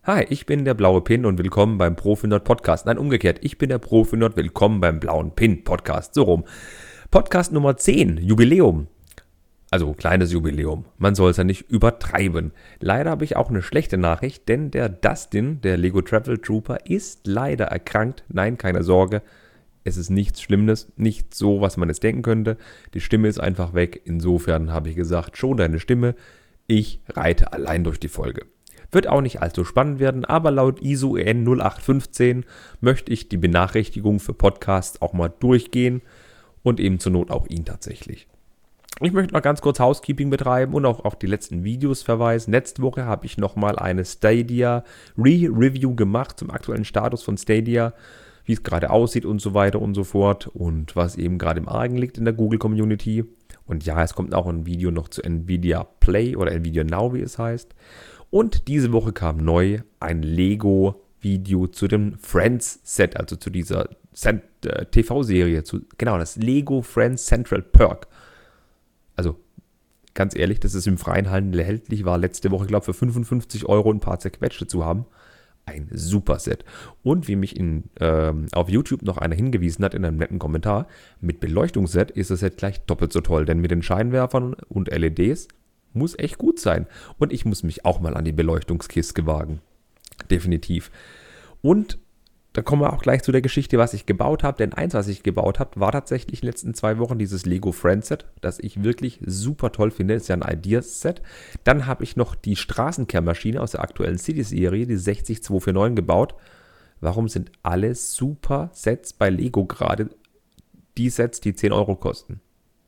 Hi, ich bin der blaue Pin und willkommen beim Profi-Nerd Podcast. Nein, umgekehrt, ich bin der Profi-Nerd, willkommen beim blauen Pin Podcast. So rum. Podcast Nummer 10, Jubiläum. Also kleines Jubiläum. Man soll es ja nicht übertreiben. Leider habe ich auch eine schlechte Nachricht, denn der Dustin, der Lego Travel Trooper, ist leider erkrankt. Nein, keine Sorge. Es ist nichts Schlimmes, nicht so, was man jetzt denken könnte. Die Stimme ist einfach weg. Insofern habe ich gesagt, schon deine Stimme. Ich reite allein durch die Folge. Wird auch nicht allzu spannend werden, aber laut ISO EN 0815 möchte ich die Benachrichtigung für Podcasts auch mal durchgehen und eben zur Not auch ihn tatsächlich. Ich möchte noch ganz kurz Housekeeping betreiben und auch auf die letzten Videos verweisen. Letzte Woche habe ich nochmal eine Stadia Re-Review gemacht zum aktuellen Status von Stadia, wie es gerade aussieht und so weiter und so fort und was eben gerade im Argen liegt in der Google-Community. Und ja, es kommt auch ein Video noch zu Nvidia Play oder Nvidia Now, wie es heißt. Und diese Woche kam neu ein Lego-Video zu dem Friends-Set, also zu dieser TV-Serie, genau, das Lego Friends Central Perk. Also, ganz ehrlich, das ist im freien Handel erhältlich, war letzte Woche, glaube ich, für 55 € ein paar zerquetschte zu haben. Ein super Set. Und wie mich auf YouTube noch einer hingewiesen hat in einem netten Kommentar, mit Beleuchtungsset ist das Set gleich doppelt so toll, denn mit den Scheinwerfern und LEDs muss echt gut sein. Und ich muss mich auch mal an die Beleuchtungskiste wagen. Definitiv. Und da kommen wir auch gleich zu der Geschichte, was ich gebaut habe. Denn eins, was ich gebaut habe, war tatsächlich in den letzten 2 Wochen dieses Lego Friends Set, das ich wirklich super toll finde. Das ist ja ein Ideas-Set. Dann habe ich noch die Straßenkehrmaschine aus der aktuellen Cities-Serie, die 60249, gebaut. Warum sind alle super Sets bei Lego gerade die Sets, die 10 € kosten?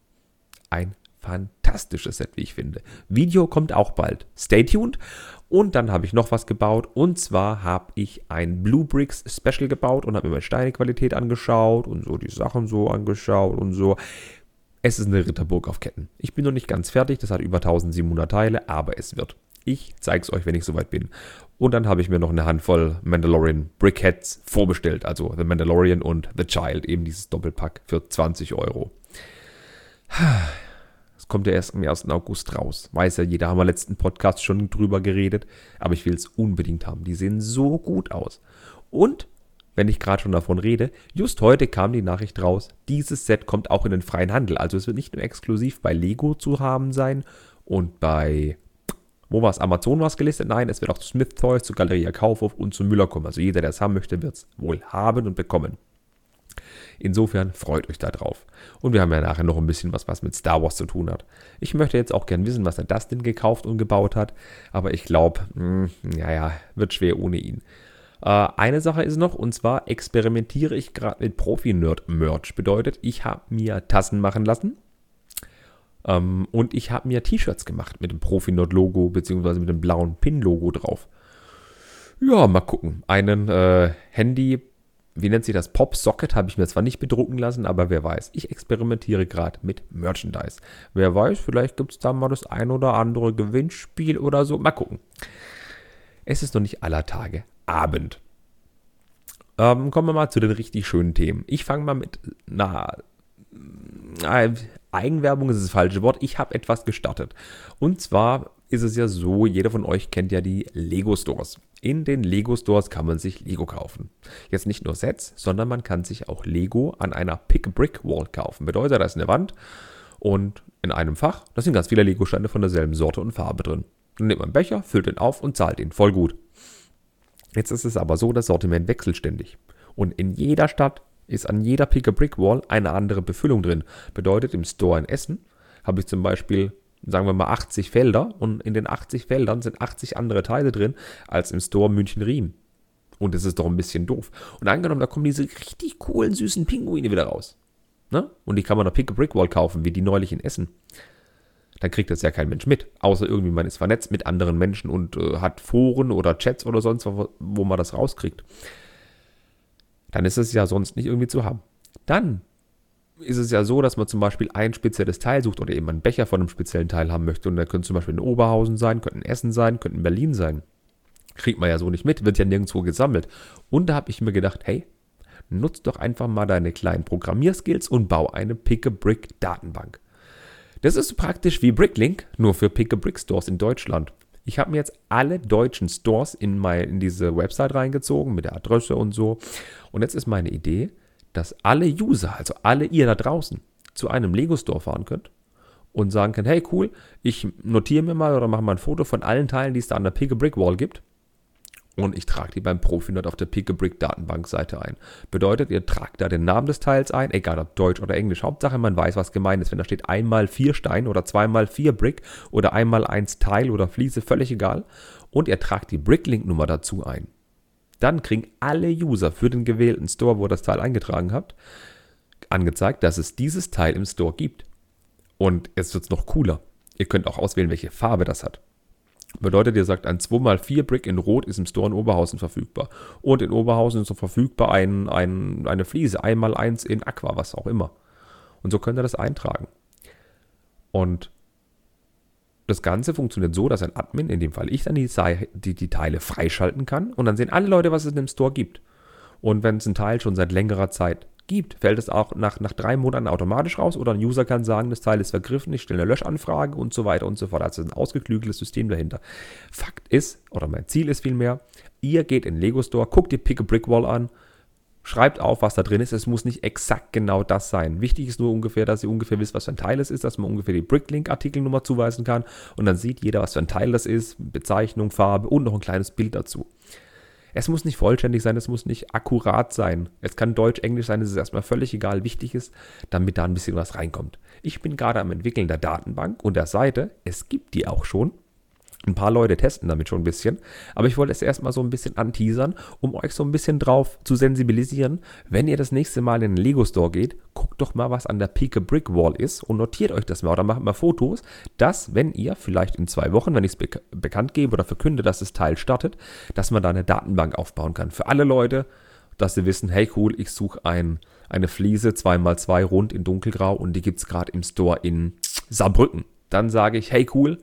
Ein fantastisches Set, wie ich finde. Video kommt auch bald. Stay tuned. Und dann habe ich noch was gebaut. Und zwar habe ich ein Blue Bricks Special gebaut und habe mir meine Steinequalität angeschaut und so die Sachen so angeschaut und so. Es ist eine Ritterburg auf Ketten. Ich bin noch nicht ganz fertig. Das hat über 1700 Teile, aber es wird. Ich zeige es euch, wenn ich soweit bin. Und dann habe ich mir noch eine Handvoll Mandalorian Brickheads vorbestellt. Also The Mandalorian und The Child. Eben dieses Doppelpack für 20 €. Kommt ja erst am 1. August raus. Weiß ja jeder, haben wir letzten Podcast schon drüber geredet. Aber ich will es unbedingt haben. Die sehen so gut aus. Und, wenn ich gerade schon davon rede, just heute kam die Nachricht raus, dieses Set kommt auch in den freien Handel. Also es wird nicht nur exklusiv bei Lego zu haben sein und bei, wo war es, Amazon war es gelistet? Nein, es wird auch zu Smith Toys, zu Galeria Kaufhof und zu Müller kommen. Also jeder, der es haben möchte, wird es wohl haben und bekommen. Insofern freut euch da drauf. Und wir haben ja nachher noch ein bisschen was mit Star Wars zu tun hat. Ich möchte jetzt auch gern wissen, was der Dustin gekauft und gebaut hat. Aber ich glaube, wird schwer ohne ihn. Eine Sache ist noch, und zwar experimentiere ich gerade mit Profi-Nerd-Merch. Bedeutet, ich habe mir Tassen machen lassen. Und ich habe mir T-Shirts gemacht mit dem Profi-Nerd-Logo, beziehungsweise mit dem blauen Pin-Logo drauf. Ja, mal gucken. Einen Handy, wie nennt sich das? Pop-Socket habe ich mir zwar nicht bedrucken lassen, aber wer weiß. Ich experimentiere gerade mit Merchandise. Wer weiß, vielleicht gibt es da mal das ein oder andere Gewinnspiel oder so. Mal gucken. Es ist noch nicht aller Tage Abend. Kommen wir mal zu den richtig schönen Themen. Ich fange mal mit Eigenwerbung ist das falsche Wort. Ich habe etwas gestartet. Und zwar ist es ja so, jeder von euch kennt ja die Lego Stores. In den Lego Stores kann man sich Lego kaufen. Jetzt nicht nur Sets, sondern man kann sich auch Lego an einer Pick-a-Brick-Wall kaufen. Bedeutet, da ist eine Wand und in einem Fach, da sind ganz viele Lego-Steine von derselben Sorte und Farbe drin. Dann nimmt man einen Becher, füllt den auf und zahlt ihn. Voll gut. Jetzt ist es aber so, das Sortiment wechselt ständig. Und in jeder Stadt ist an jeder Pick-a-Brick-Wall eine andere Befüllung drin. Bedeutet, im Store in Essen habe ich zum Beispiel, sagen wir mal, 80 Felder und in den 80 Feldern sind 80 andere Teile drin als im Store München-Riem. Und das ist doch ein bisschen doof. Und angenommen, da kommen diese richtig coolen, süßen Pinguine wieder raus. Ne? Und die kann man auf Pick-a-Brick-Wall kaufen, wie die neulich in Essen. Dann kriegt das ja kein Mensch mit. Außer irgendwie man ist vernetzt mit anderen Menschen und hat Foren oder Chats oder sonst was, wo man das rauskriegt. Dann ist es ja sonst nicht irgendwie zu haben. Dann ist es ja so, dass man zum Beispiel ein spezielles Teil sucht oder eben einen Becher von einem speziellen Teil haben möchte. Und der könnte zum Beispiel in Oberhausen sein, könnte in Essen sein, könnte in Berlin sein. Kriegt man ja so nicht mit, wird ja nirgendwo gesammelt. Und da habe ich mir gedacht, hey, nutz doch einfach mal deine kleinen Programmierskills und bau eine Pick-a-Brick-Datenbank. Das ist praktisch wie Bricklink, nur für Pick-a-Brick-Stores in Deutschland. Ich habe mir jetzt alle deutschen Stores in diese Website reingezogen, mit der Adresse und so. Und jetzt ist meine Idee, dass alle User, also alle ihr da draußen, zu einem Lego-Store fahren könnt und sagen könnt, hey cool, ich notiere mir mal oder mache mal ein Foto von allen Teilen, die es da an der Pick-a-Brick-Wall gibt. Und ich trage die beim Profinerd auf der Pick-a-Brick-Datenbankseite ein. Bedeutet, ihr tragt da den Namen des Teils ein, egal ob Deutsch oder Englisch. Hauptsache, man weiß, was gemeint ist. Wenn da steht 1x4 Stein oder 2x4 Brick oder 1x1 Teil oder Fliese, völlig egal. Und ihr tragt die Bricklink-Nummer dazu ein. Dann kriegen alle User für den gewählten Store, wo ihr das Teil eingetragen habt, angezeigt, dass es dieses Teil im Store gibt. Und jetzt wird es noch cooler. Ihr könnt auch auswählen, welche Farbe das hat. Bedeutet, ihr sagt, ein 2x4 Brick in Rot ist im Store in Oberhausen verfügbar. Und in Oberhausen ist noch verfügbar eine Fliese, 1x1 in Aqua, was auch immer. Und so könnt ihr das eintragen. Und das Ganze funktioniert so, dass ein Admin, in dem Fall ich, dann die Teile freischalten kann. Und dann sehen alle Leute, was es in dem Store gibt. Und wenn es ein Teil schon seit längerer Zeit gibt, fällt es auch nach 3 Monaten automatisch raus oder ein User kann sagen, das Teil ist vergriffen, ich stelle eine Löschanfrage und so weiter und so fort. Also ein ausgeklügeltes System dahinter. Fakt ist, oder mein Ziel ist vielmehr, ihr geht in den Lego Store, guckt die Pick-a-Brick-Wall an, schreibt auf, was da drin ist. Es muss nicht exakt genau das sein. Wichtig ist nur ungefähr, dass ihr ungefähr wisst, was für ein Teil es ist, dass man ungefähr die Bricklink-Artikelnummer zuweisen kann und dann sieht jeder, was für ein Teil das ist, Bezeichnung, Farbe und noch ein kleines Bild dazu. Es muss nicht vollständig sein, es muss nicht akkurat sein. Es kann Deutsch, Englisch sein, es ist erstmal völlig egal. Wichtig ist, damit da ein bisschen was reinkommt. Ich bin gerade am Entwickeln der Datenbank und der Seite. Es gibt die auch schon. Ein paar Leute testen damit schon ein bisschen, aber ich wollte es erstmal so ein bisschen anteasern, um euch so ein bisschen drauf zu sensibilisieren. Wenn ihr das nächste Mal in den Lego Store geht, guckt doch mal, was an der Pick-a-Brick-Wall ist und notiert euch das mal oder macht mal Fotos, dass, wenn ihr vielleicht in 2 Wochen, wenn ich es bekannt gebe oder verkünde, dass das Teil startet, dass man da eine Datenbank aufbauen kann. Für alle Leute, dass sie wissen, hey cool, ich suche eine Fliese 2x2 rund in dunkelgrau und die gibt es gerade im Store in Saarbrücken. Dann sage ich, hey cool,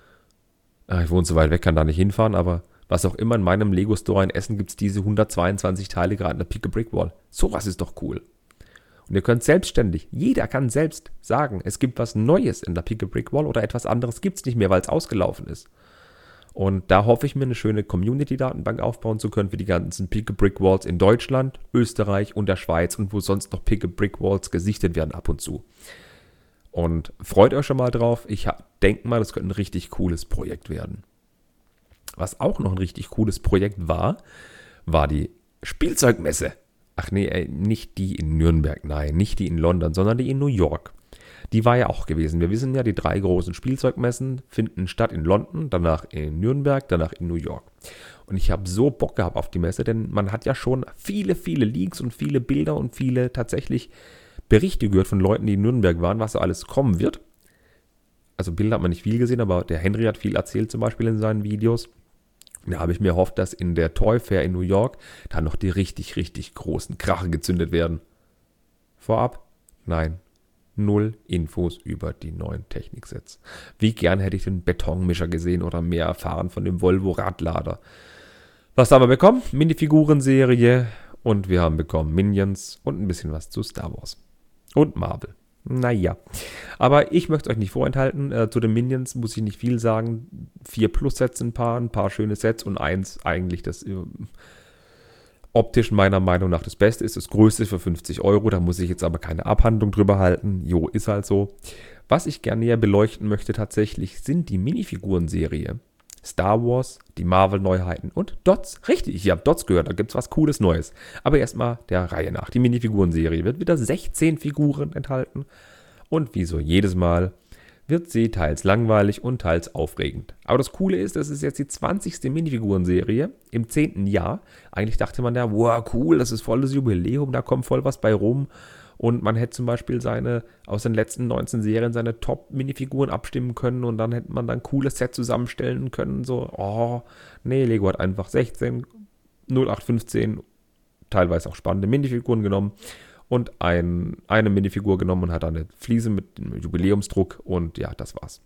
ich wohne so weit weg, kann da nicht hinfahren, aber was auch immer, in meinem Lego-Store in Essen gibt es diese 122 Teile gerade in der Pick-a-Brick-Wall. Sowas ist doch cool. Und ihr könnt selbstständig, jeder kann selbst sagen, es gibt was Neues in der Pick-a-Brick-Wall oder etwas anderes gibt es nicht mehr, weil es ausgelaufen ist. Und da hoffe ich mir, eine schöne Community-Datenbank aufbauen zu können für die ganzen Pick-a-Brick-Walls in Deutschland, Österreich und der Schweiz und wo sonst noch Pick-a-Brick-Walls gesichtet werden ab und zu. Und freut euch schon mal drauf. Ich denke mal, das könnte ein richtig cooles Projekt werden. Was auch noch ein richtig cooles Projekt war die Spielzeugmesse. Ach nee, nicht die in Nürnberg, nein, nicht die in London, sondern die in New York. Die war ja auch gewesen. Wir wissen ja, die 3 großen Spielzeugmessen finden statt in London, danach in Nürnberg, danach in New York. Und ich habe so Bock gehabt auf die Messe, denn man hat ja schon viele, viele Leaks und viele Bilder und viele tatsächlich Berichte gehört von Leuten, die in Nürnberg waren, was so alles kommen wird. Also Bilder hat man nicht viel gesehen, aber der Henry hat viel erzählt, zum Beispiel in seinen Videos. Da habe ich mir erhofft, dass in der Toy Fair in New York da noch die richtig, richtig großen Kracher gezündet werden. Vorab? Nein. 0 Infos über die neuen Techniksets. Wie gern hätte ich den Betonmischer gesehen oder mehr erfahren von dem Volvo Radlader. Was haben wir bekommen? Minifigurenserie und wir haben bekommen Minions und ein bisschen was zu Star Wars. Und Marvel. Naja, aber ich möchte es euch nicht vorenthalten. Zu den Minions muss ich nicht viel sagen. 4 Plus-Sets ein paar schöne Sets und eins eigentlich das optisch meiner Meinung nach das Beste ist. Das Größte für 50 Euro, da muss ich jetzt aber keine Abhandlung drüber halten. Jo, ist halt so. Was ich gerne näher beleuchten möchte tatsächlich, sind die Minifiguren-Serie. Star Wars, die Marvel-Neuheiten und Dots. Richtig, ihr habt Dots gehört, da gibt es was Cooles Neues. Aber erstmal der Reihe nach. Die Minifiguren-Serie wird wieder 16 Figuren enthalten. Und wie so jedes Mal wird sie teils langweilig und teils aufregend. Aber das Coole ist, das ist jetzt die 20. Minifiguren-Serie im 10. Jahr. Eigentlich dachte man ja, wow, cool, das ist voll das Jubiläum, da kommt voll was bei rum. Und man hätte zum Beispiel aus den letzten 19 Serien seine Top-Minifiguren abstimmen können und dann hätte man dann ein cooles Set zusammenstellen können. So, nee, Lego hat einfach 16, 0815, teilweise auch spannende Minifiguren genommen und eine Minifigur genommen und hat dann eine Fliese mit dem Jubiläumsdruck und ja, das war's.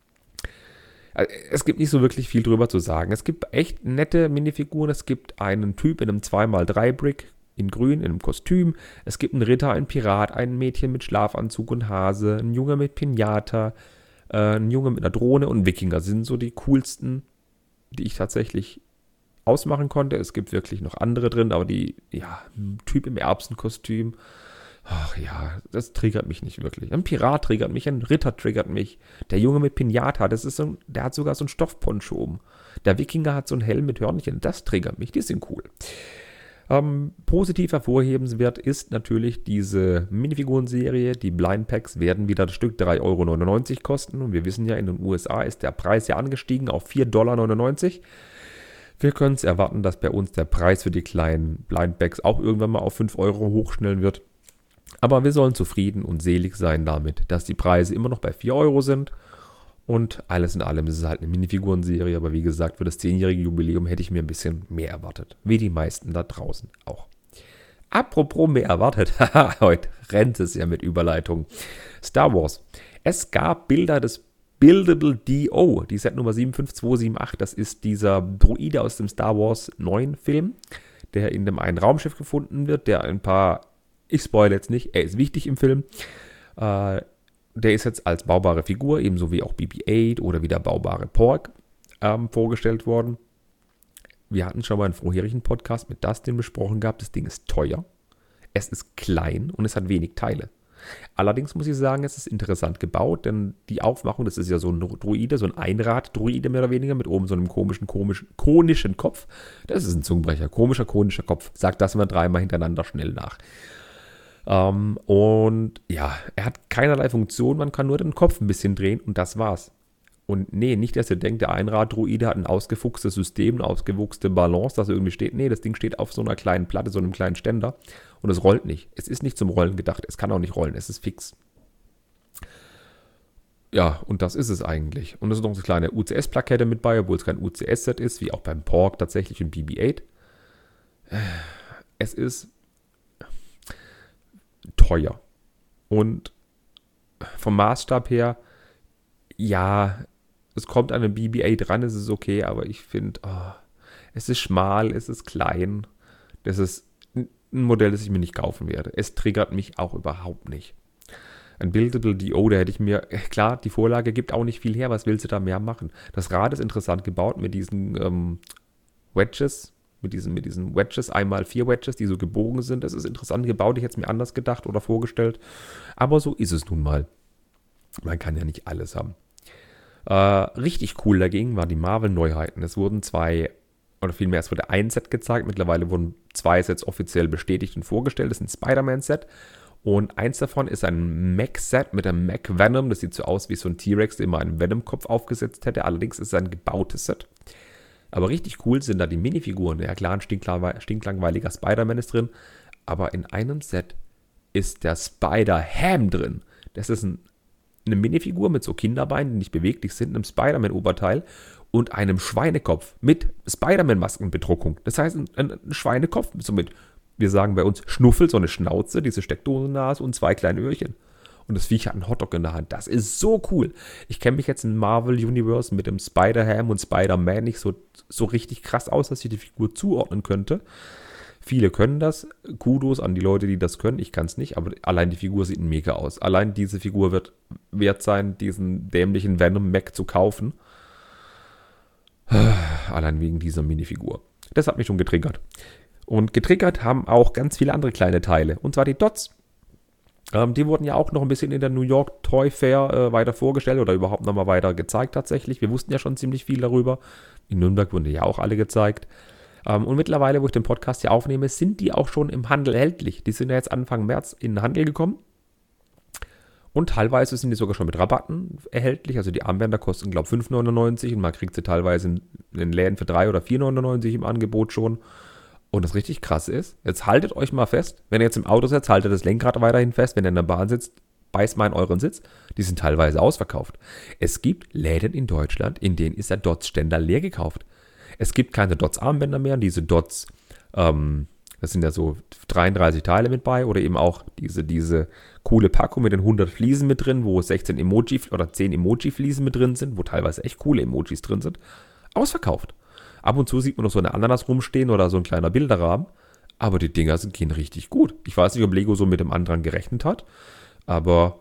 Es gibt nicht so wirklich viel drüber zu sagen. Es gibt echt nette Minifiguren. Es gibt einen Typ in einem 2x3-Brick, in grün, in einem Kostüm. Es gibt einen Ritter, einen Pirat, ein Mädchen mit Schlafanzug und Hase, ein Junge mit Pinata, ein Junge mit einer Drohne und Wikinger sind so die coolsten die ich tatsächlich ausmachen konnte. Es gibt wirklich noch andere drin, aber ein Typ im Erbsenkostüm, ach ja, das triggert mich nicht wirklich. Ein Pirat triggert mich, ein Ritter triggert mich. Der Junge mit Pinata, der hat sogar so einen Stoffponcho oben. Der Wikinger hat so einen Helm mit Hörnchen, das triggert mich, die sind cool. Positiv hervorhebenswert ist natürlich diese Minifigurenserie. Die Blind Packs werden wieder das Stück 3,99 € kosten. Und wir wissen ja, in den USA ist der Preis ja angestiegen auf 4,99 $. Wir können es erwarten, dass bei uns der Preis für die kleinen Blind Packs auch irgendwann mal auf 5 € hochschnellen wird. Aber wir sollen zufrieden und selig sein damit, dass die Preise immer noch bei 4 € sind. Und alles in allem ist es halt eine Minifigurenserie, aber wie gesagt, für das 10-jährige Jubiläum hätte ich mir ein bisschen mehr erwartet. Wie die meisten da draußen auch. Apropos mehr erwartet, heute rennt es ja mit Überleitung. Star Wars. Es gab Bilder des Buildable D.O., die Set-Nummer 75278. Das ist dieser Droide aus dem Star Wars 9 Film, der in dem einen Raumschiff gefunden wird, der ich spoilere jetzt nicht, er ist wichtig im Film. Der ist jetzt als baubare Figur, ebenso wie auch BB-8 oder wie der baubare Porg vorgestellt worden. Wir hatten schon mal einen vorherigen Podcast mit Dustin besprochen gehabt. Das Ding ist teuer, es ist klein und es hat wenig Teile. Allerdings muss ich sagen, es ist interessant gebaut, denn die Aufmachung, das ist ja so ein Droide, so ein Einrad-Droide mehr oder weniger, mit oben so einem konischen Kopf. Das ist ein Zungenbrecher, konischer Kopf. Sagt das mal 3-mal hintereinander schnell nach. Und ja, er hat keinerlei Funktion, man kann nur den Kopf ein bisschen drehen und das war's. Und nee, nicht, dass ihr denkt, der Einrad-Droide hat ein ausgefuchstes System, eine ausgewuchste Balance, dass er irgendwie steht. Nee, das Ding steht auf so einer kleinen Platte, so einem kleinen Ständer und es rollt nicht. Es ist nicht zum Rollen gedacht, es kann auch nicht rollen, es ist fix. Ja, und das ist es eigentlich. Und es ist noch eine kleine UCS-Plakette mit bei, obwohl es kein UCS-Set ist, wie auch beim Porg tatsächlich im BB-8. Es ist teuer. Und vom Maßstab her, ja, es kommt an den BB-8 ran, es ist okay, aber ich finde, es ist schmal, es ist klein. Das ist ein Modell, das ich mir nicht kaufen werde. Es triggert mich auch überhaupt nicht. Ein Buildable D.O., da hätte ich mir, klar, die Vorlage gibt auch nicht viel her, was willst du da mehr machen? Das Rad ist interessant gebaut mit diesen Wedges, mit diesen Wedges, 4x4 Wedges, die so gebogen sind. Das ist interessant gebaut, ich hätte es mir anders gedacht oder vorgestellt. Aber so ist es nun mal. Man kann ja nicht alles haben. Richtig cool dagegen waren die Marvel-Neuheiten. Es wurden es wurde ein Set gezeigt. Mittlerweile wurden 2 Sets offiziell bestätigt und vorgestellt. Das ist ein Spider-Man-Set. Und eins davon ist ein Mech-Set mit einem Mech-Venom. Das sieht so aus wie so ein T-Rex, der immer einen Venom-Kopf aufgesetzt hätte. Allerdings ist es ein gebautes Set. Aber richtig cool sind da die Minifiguren. Ja klar, ein stinklangweiliger Spider-Man ist drin. Aber in einem Set ist der Spider-Ham drin. Das ist eine Minifigur mit so Kinderbeinen, die nicht beweglich sind, einem Spider-Man-Oberteil und einem Schweinekopf mit Spider-Man-Maskenbedruckung. Das heißt, ein Schweinekopf, somit, wir sagen bei uns Schnuffel, so eine Schnauze, diese Steckdosennase und 2 kleine Öhrchen. Und das Viech hat einen Hotdog in der Hand. Das ist so cool. Ich kenne mich jetzt im Marvel Universe mit dem Spider-Ham und Spider-Man nicht so richtig krass aus, dass ich die Figur zuordnen könnte. Viele können das. Kudos an die Leute, die das können. Ich kann es nicht, aber allein die Figur sieht mega aus. Allein diese Figur wird wert sein, diesen dämlichen Venom-Mech zu kaufen. Allein wegen dieser Minifigur. Das hat mich schon getriggert. Und getriggert haben auch ganz viele andere kleine Teile. Und zwar die Dots. Die wurden ja auch noch ein bisschen in der New York Toy Fair weiter vorgestellt oder überhaupt nochmal weiter gezeigt tatsächlich. Wir wussten ja schon ziemlich viel darüber. In Nürnberg wurden die ja auch alle gezeigt. Und mittlerweile, wo ich den Podcast hier aufnehme, sind die auch schon im Handel erhältlich. Die sind ja jetzt Anfang März in den Handel gekommen. Und teilweise sind die sogar schon mit Rabatten erhältlich. Also die Armbänder kosten, glaube ich, 5,99 € und man kriegt sie teilweise in den Läden für 3 oder 4,99 € im Angebot schon. Und das richtig krasse ist, jetzt haltet euch mal fest, wenn ihr jetzt im Auto sitzt, haltet das Lenkrad weiterhin fest, wenn ihr in der Bahn sitzt, beißt mal in euren Sitz. Die sind teilweise ausverkauft. Es gibt Läden in Deutschland, in denen ist der Dots-Ständer leer gekauft. Es gibt keine Dots-Armbänder mehr und diese Dots, das sind ja so 33 Teile mit bei oder eben auch diese coole Packung mit den 100 Fliesen mit drin, wo 16 Emoji oder 10 Emoji-Fliesen mit drin sind, wo teilweise echt coole Emojis drin sind, ausverkauft. Ab und zu sieht man noch so eine Ananas rumstehen oder so ein kleiner Bilderrahmen, aber die Dinger gehen richtig gut. Ich weiß nicht, ob Lego so mit dem Andrang gerechnet hat, aber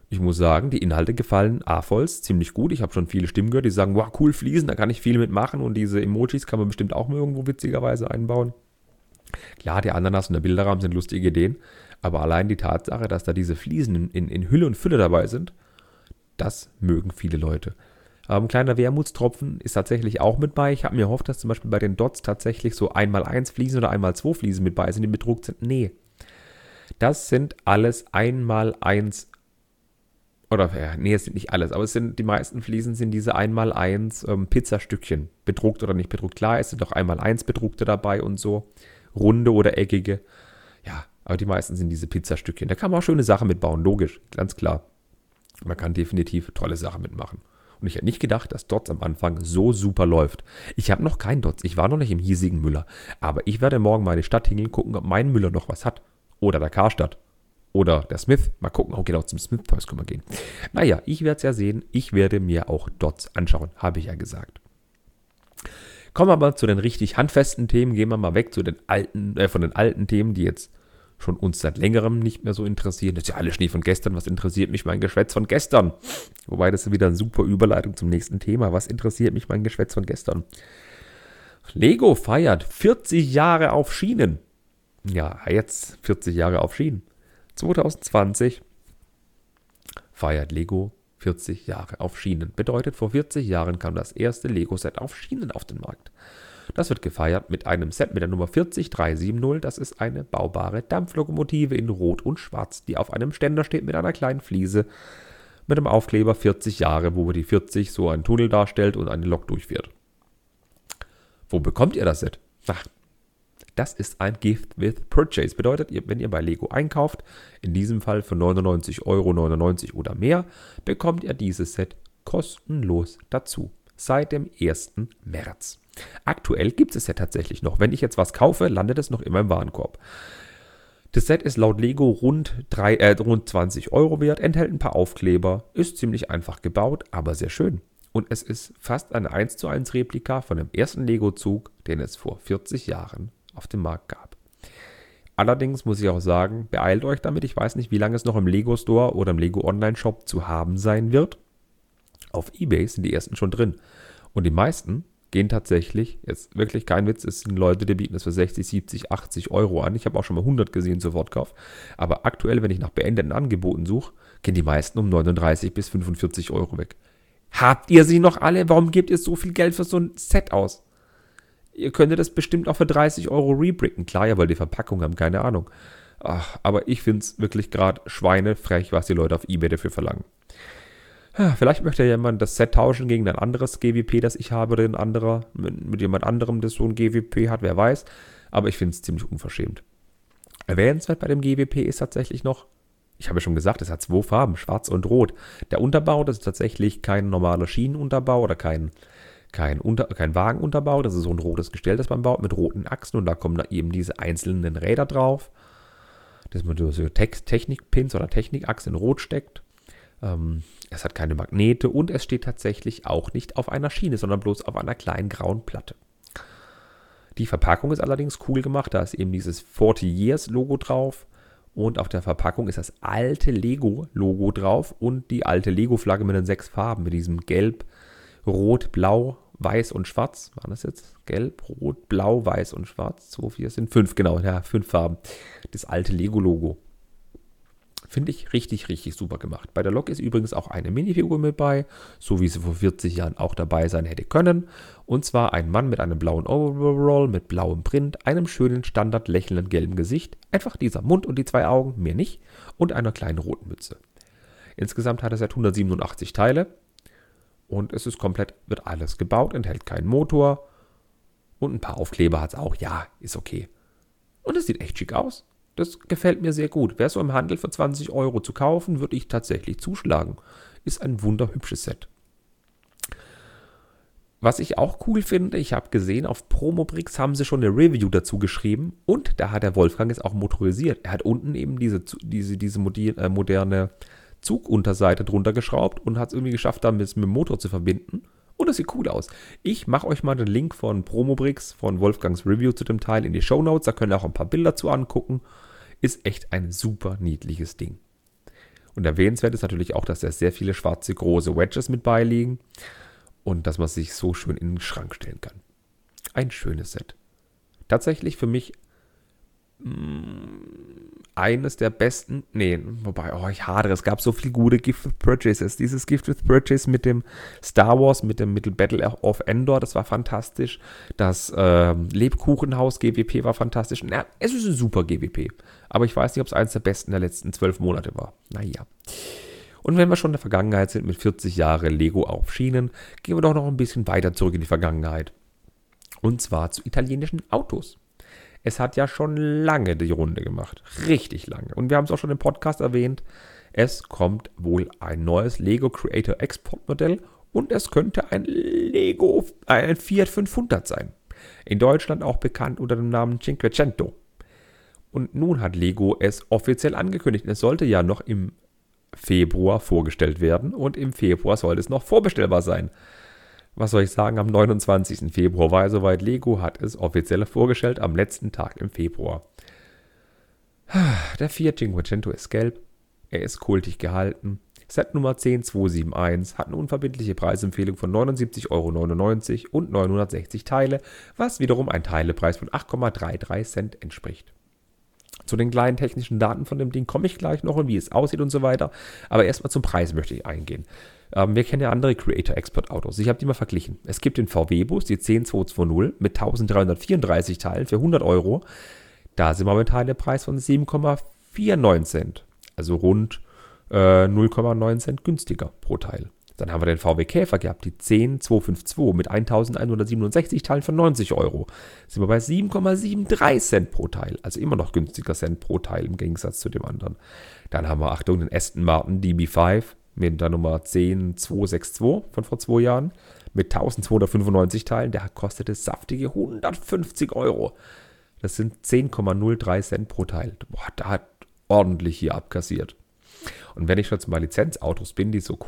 Ich muss sagen, die Inhalte gefallen A-Volls ziemlich gut. Ich habe schon viele Stimmen gehört, die sagen, wow, cool, Fliesen, da kann ich viel mitmachen. Und diese Emojis kann man bestimmt auch mal irgendwo witzigerweise einbauen. Klar, der Ananas und der Bilderrahmen sind lustige Ideen. Aber allein die Tatsache, dass da diese Fliesen in Hülle und Fülle dabei sind, das mögen viele Leute. Ein kleiner Wermutstropfen ist tatsächlich auch mit bei. Ich habe mir erhofft, dass zum Beispiel bei den Dots tatsächlich so 1x1 Fliesen oder 1x2 Fliesen mit bei sind, die bedruckt sind. Nee. Das sind alles 1x1 oder, nee, es sind nicht alles, aber es sind, die meisten Fliesen sind diese 1x1 Pizzastückchen, bedruckt oder nicht bedruckt. Klar, es sind auch 1x1 bedruckte dabei und so, runde oder eckige. Ja, aber die meisten sind diese Pizzastückchen. Da kann man auch schöne Sachen mitbauen, logisch, ganz klar. Man kann definitiv tolle Sachen mitmachen. Und ich hätte nicht gedacht, dass Dots am Anfang so super läuft. Ich habe noch keinen Dots, ich war noch nicht im hiesigen Müller. Aber ich werde morgen mal in die Stadt hingehen, gucken, ob mein Müller noch was hat. Oder der Karstadt. Oder der Smith. Mal gucken. Oh, genau, zum Smith Toys können wir gehen. Naja, ich werde es ja sehen. Ich werde mir auch Dots anschauen. Habe ich ja gesagt. Kommen wir aber zu den richtig handfesten Themen. Gehen wir mal weg zu den von den alten Themen, die jetzt schon uns seit längerem nicht mehr so interessieren. Das ist ja alles Schnee von gestern. Was interessiert mich mein Geschwätz von gestern? Wobei, das ist wieder eine super Überleitung zum nächsten Thema. Was interessiert mich mein Geschwätz von gestern? Lego feiert 40 Jahre auf Schienen. Ja, jetzt 40 Jahre auf Schienen. 2020 feiert Lego 40 Jahre auf Schienen. Bedeutet, vor 40 Jahren kam das erste Lego-Set auf Schienen auf den Markt. Das wird gefeiert mit einem Set mit der Nummer 40370. Das ist eine baubare Dampflokomotive in Rot und Schwarz, die auf einem Ständer steht mit einer kleinen Fliese mit einem Aufkleber 40 Jahre, wo die 40 so einen Tunnel darstellt und eine Lok durchfährt. Wo bekommt ihr das Set? Ach, das ist ein Gift with Purchase. Bedeutet, wenn ihr bei Lego einkauft, in diesem Fall für 99,99 € oder mehr, bekommt ihr dieses Set kostenlos dazu. Seit dem 1. März. Aktuell gibt es ja tatsächlich noch. Wenn ich jetzt was kaufe, landet es noch immer im Warenkorb. Das Set ist laut Lego rund 20 € wert, enthält ein paar Aufkleber, ist ziemlich einfach gebaut, aber sehr schön. Und es ist fast eine 1:1 Replika von dem ersten Lego-Zug, den es vor 40 Jahren auf dem Markt gab. Allerdings muss ich auch sagen, beeilt euch damit. Ich weiß nicht, wie lange es noch im Lego Store oder im Lego Online Shop zu haben sein wird. Auf eBay sind die ersten schon drin. Und die meisten gehen tatsächlich, jetzt wirklich kein Witz, es sind Leute, die bieten es für 60, 70, 80 € an. Ich habe auch schon mal 100 gesehen zur Wortkauf. Aber aktuell, wenn ich nach beendeten Angeboten suche, gehen die meisten um 39 bis 45 € weg. Habt ihr sie noch alle? Warum gebt ihr so viel Geld für so ein Set aus? Ihr könntet das bestimmt auch für 30 € rebricken. Klar, ja, weil die Verpackung haben, keine Ahnung. Ach, aber ich finde es wirklich gerade schweinefrech, was die Leute auf eBay dafür verlangen. Vielleicht möchte ja jemand das Set tauschen gegen ein anderes GWP, das ich habe, oder ein anderer, mit jemand anderem, das so ein GWP hat, wer weiß. Aber ich finde es ziemlich unverschämt. Erwähnenswert bei dem GWP ist tatsächlich noch, ich habe ja schon gesagt, es hat 2 Farben, schwarz und rot. Der Unterbau, das ist tatsächlich kein normaler Schienenunterbau oder kein Wagenunterbau, das ist so ein rotes Gestell, das man baut mit roten Achsen und da kommen da eben diese einzelnen Räder drauf, dass man so Technikpins oder Technikachsen in Rot steckt. Es hat keine Magnete und es steht tatsächlich auch nicht auf einer Schiene, sondern bloß auf einer kleinen grauen Platte. Die Verpackung ist allerdings cool gemacht, da ist eben dieses 40 Years Logo drauf und auf der Verpackung ist das alte Lego Logo drauf und die alte Lego Flagge mit den 6 Farben, mit diesem Gelb, Rot, Blau, Weiß und Schwarz. Waren das jetzt? Gelb, Rot, Blau, Weiß und Schwarz. 2, 4 sind 5, genau. Ja, 5 Farben. Das alte Lego-Logo. Finde ich richtig, richtig super gemacht. Bei der Lok ist übrigens auch eine Minifigur mit bei, so wie sie vor 40 Jahren auch dabei sein hätte können. Und zwar ein Mann mit einem blauen Overall, mit blauem Print, einem schönen, standard lächelnden gelben Gesicht. Einfach dieser Mund und die 2 Augen, mehr nicht. Und einer kleinen roten Mütze. Insgesamt hat es ja 187 Teile. Und es ist komplett, wird alles gebaut, enthält keinen Motor. Und ein paar Aufkleber hat es auch. Ja, ist okay. Und es sieht echt schick aus. Das gefällt mir sehr gut. Wäre so im Handel für 20 € zu kaufen, würde ich tatsächlich zuschlagen. Ist ein wunderhübsches Set. Was ich auch cool finde, ich habe gesehen, auf Promobrix haben sie schon eine Review dazu geschrieben. Und da hat der Wolfgang es auch motorisiert. Er hat unten eben diese moderne Zugunterseite drunter geschraubt und hat es irgendwie geschafft, damit es mit dem Motor zu verbinden. Und das sieht cool aus. Ich mache euch mal den Link von Promobrix, von Wolfgangs Review zu dem Teil in die Shownotes. Da könnt ihr auch ein paar Bilder zu angucken. Ist echt ein super niedliches Ding. Und erwähnenswert ist natürlich auch, dass da sehr viele schwarze große Wedges mit beiliegen und dass man sich so schön in den Schrank stellen kann. Ein schönes Set. Tatsächlich für mich eines der besten, ich hadere, es gab so viele gute Gift with Purchases. Dieses Gift with Purchase mit dem Star Wars, mit dem Battle of Endor, das war fantastisch. Das Lebkuchenhaus GWP war fantastisch. Na, es ist ein super GWP. Aber ich weiß nicht, ob es eines der besten der letzten 12 Monate war. Naja. Und wenn wir schon in der Vergangenheit sind mit 40 Jahre Lego auf Schienen, gehen wir doch noch ein bisschen weiter zurück in die Vergangenheit. Und zwar zu italienischen Autos. Es hat ja schon lange die Runde gemacht. Richtig lange. Und wir haben es auch schon im Podcast erwähnt. Es kommt wohl ein neues Lego Creator Export Modell und es könnte ein Fiat 500 sein. In Deutschland auch bekannt unter dem Namen Cinquecento. Und nun hat Lego es offiziell angekündigt. Es sollte ja noch im Februar vorgestellt werden und im Februar sollte es noch vorbestellbar sein. Was soll ich sagen, am 29. Februar war es soweit. Lego hat es offiziell vorgestellt am letzten Tag im Februar. Der Fiat Cinquecento ist gelb, er ist kultig gehalten. Set Nummer 10271 hat eine unverbindliche Preisempfehlung von 79,99 € und 960 Teile, was wiederum ein Teilepreis von 8,33 Cent entspricht. Zu den kleinen technischen Daten von dem Ding komme ich gleich noch und wie es aussieht und so weiter. Aber erstmal zum Preis möchte ich eingehen. Wir kennen ja andere Creator Export Autos. Ich habe die mal verglichen. Es gibt den VW-Bus, die 10220 mit 1334 Teilen für 100 €. Da sind wir mit Teilepreis von 7,49 Cent. Also rund 0,9 Cent günstiger pro Teil. Dann haben wir den VW Käfer gehabt, die 10252 mit 1167 Teilen für 90 €. Sind wir bei 7,73 Cent pro Teil. Also immer noch günstiger Cent pro Teil im Gegensatz zu dem anderen. Dann haben wir, Achtung, den Aston Martin DB5 mit der Nummer 10262 von vor 2 Jahren mit 1295 Teilen. Der kostete saftige 150 €. Das sind 10,03 Cent pro Teil. Boah, da hat ordentlich hier abkassiert. Und wenn ich schon bei Lizenzautos bin, die so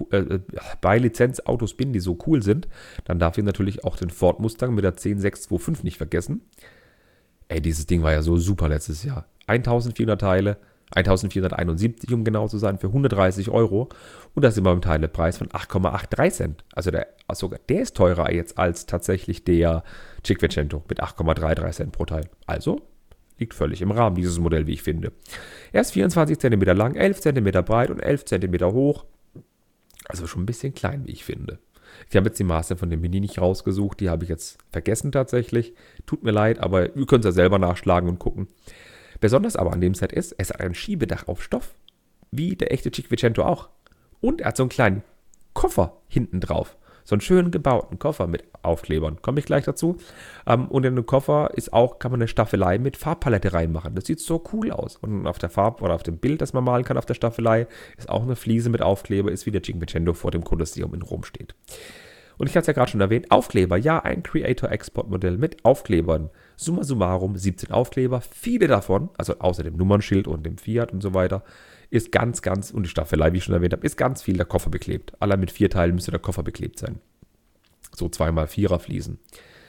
cool sind, dann darf ich natürlich auch den Ford Mustang mit der 10625 nicht vergessen. Ey, dieses Ding war ja so super letztes Jahr. 1400 Teile, 1471 um genau zu sein, für 130 €. Und da sind wir im Teilepreis von 8,83 Cent. Also sogar der ist teurer jetzt als tatsächlich der Cinquecento mit 8,33 Cent pro Teil. Also liegt völlig im Rahmen, dieses Modell, wie ich finde. Er ist 24 cm lang, 11 cm breit und 11 cm hoch. Also schon ein bisschen klein, wie ich finde. Ich habe jetzt die Maße von dem Mini nicht rausgesucht. Die habe ich jetzt vergessen tatsächlich. Tut mir leid, aber ihr könnt es ja selber nachschlagen und gucken. Besonders aber an dem Set ist, es hat ein Schiebedach auf Stoff. Wie der echte Cinquecento auch. Und er hat so einen kleinen Koffer hinten drauf. So einen schön gebauten Koffer mit Aufklebern. Komme ich gleich dazu. Und in den Koffer kann man eine Staffelei mit Farbpalette reinmachen. Das sieht so cool aus. Und auf der auf dem Bild, das man malen kann auf der Staffelei, ist auch eine Fliese mit Aufkleber, ist wie der Cinquecento vor dem Kolosseum in Rom steht. Und ich hatte es ja gerade schon erwähnt, Aufkleber. Ja, ein Creator-Export-Modell mit Aufklebern. Summa summarum 17 Aufkleber. Viele davon, also außer dem Nummernschild und dem Fiat und so weiter, ist ganz, und die Staffelei, wie ich schon erwähnt habe, ist ganz viel der Koffer beklebt. Allein mit 4 Teilen müsste der Koffer beklebt sein. So 2x4er Fliesen.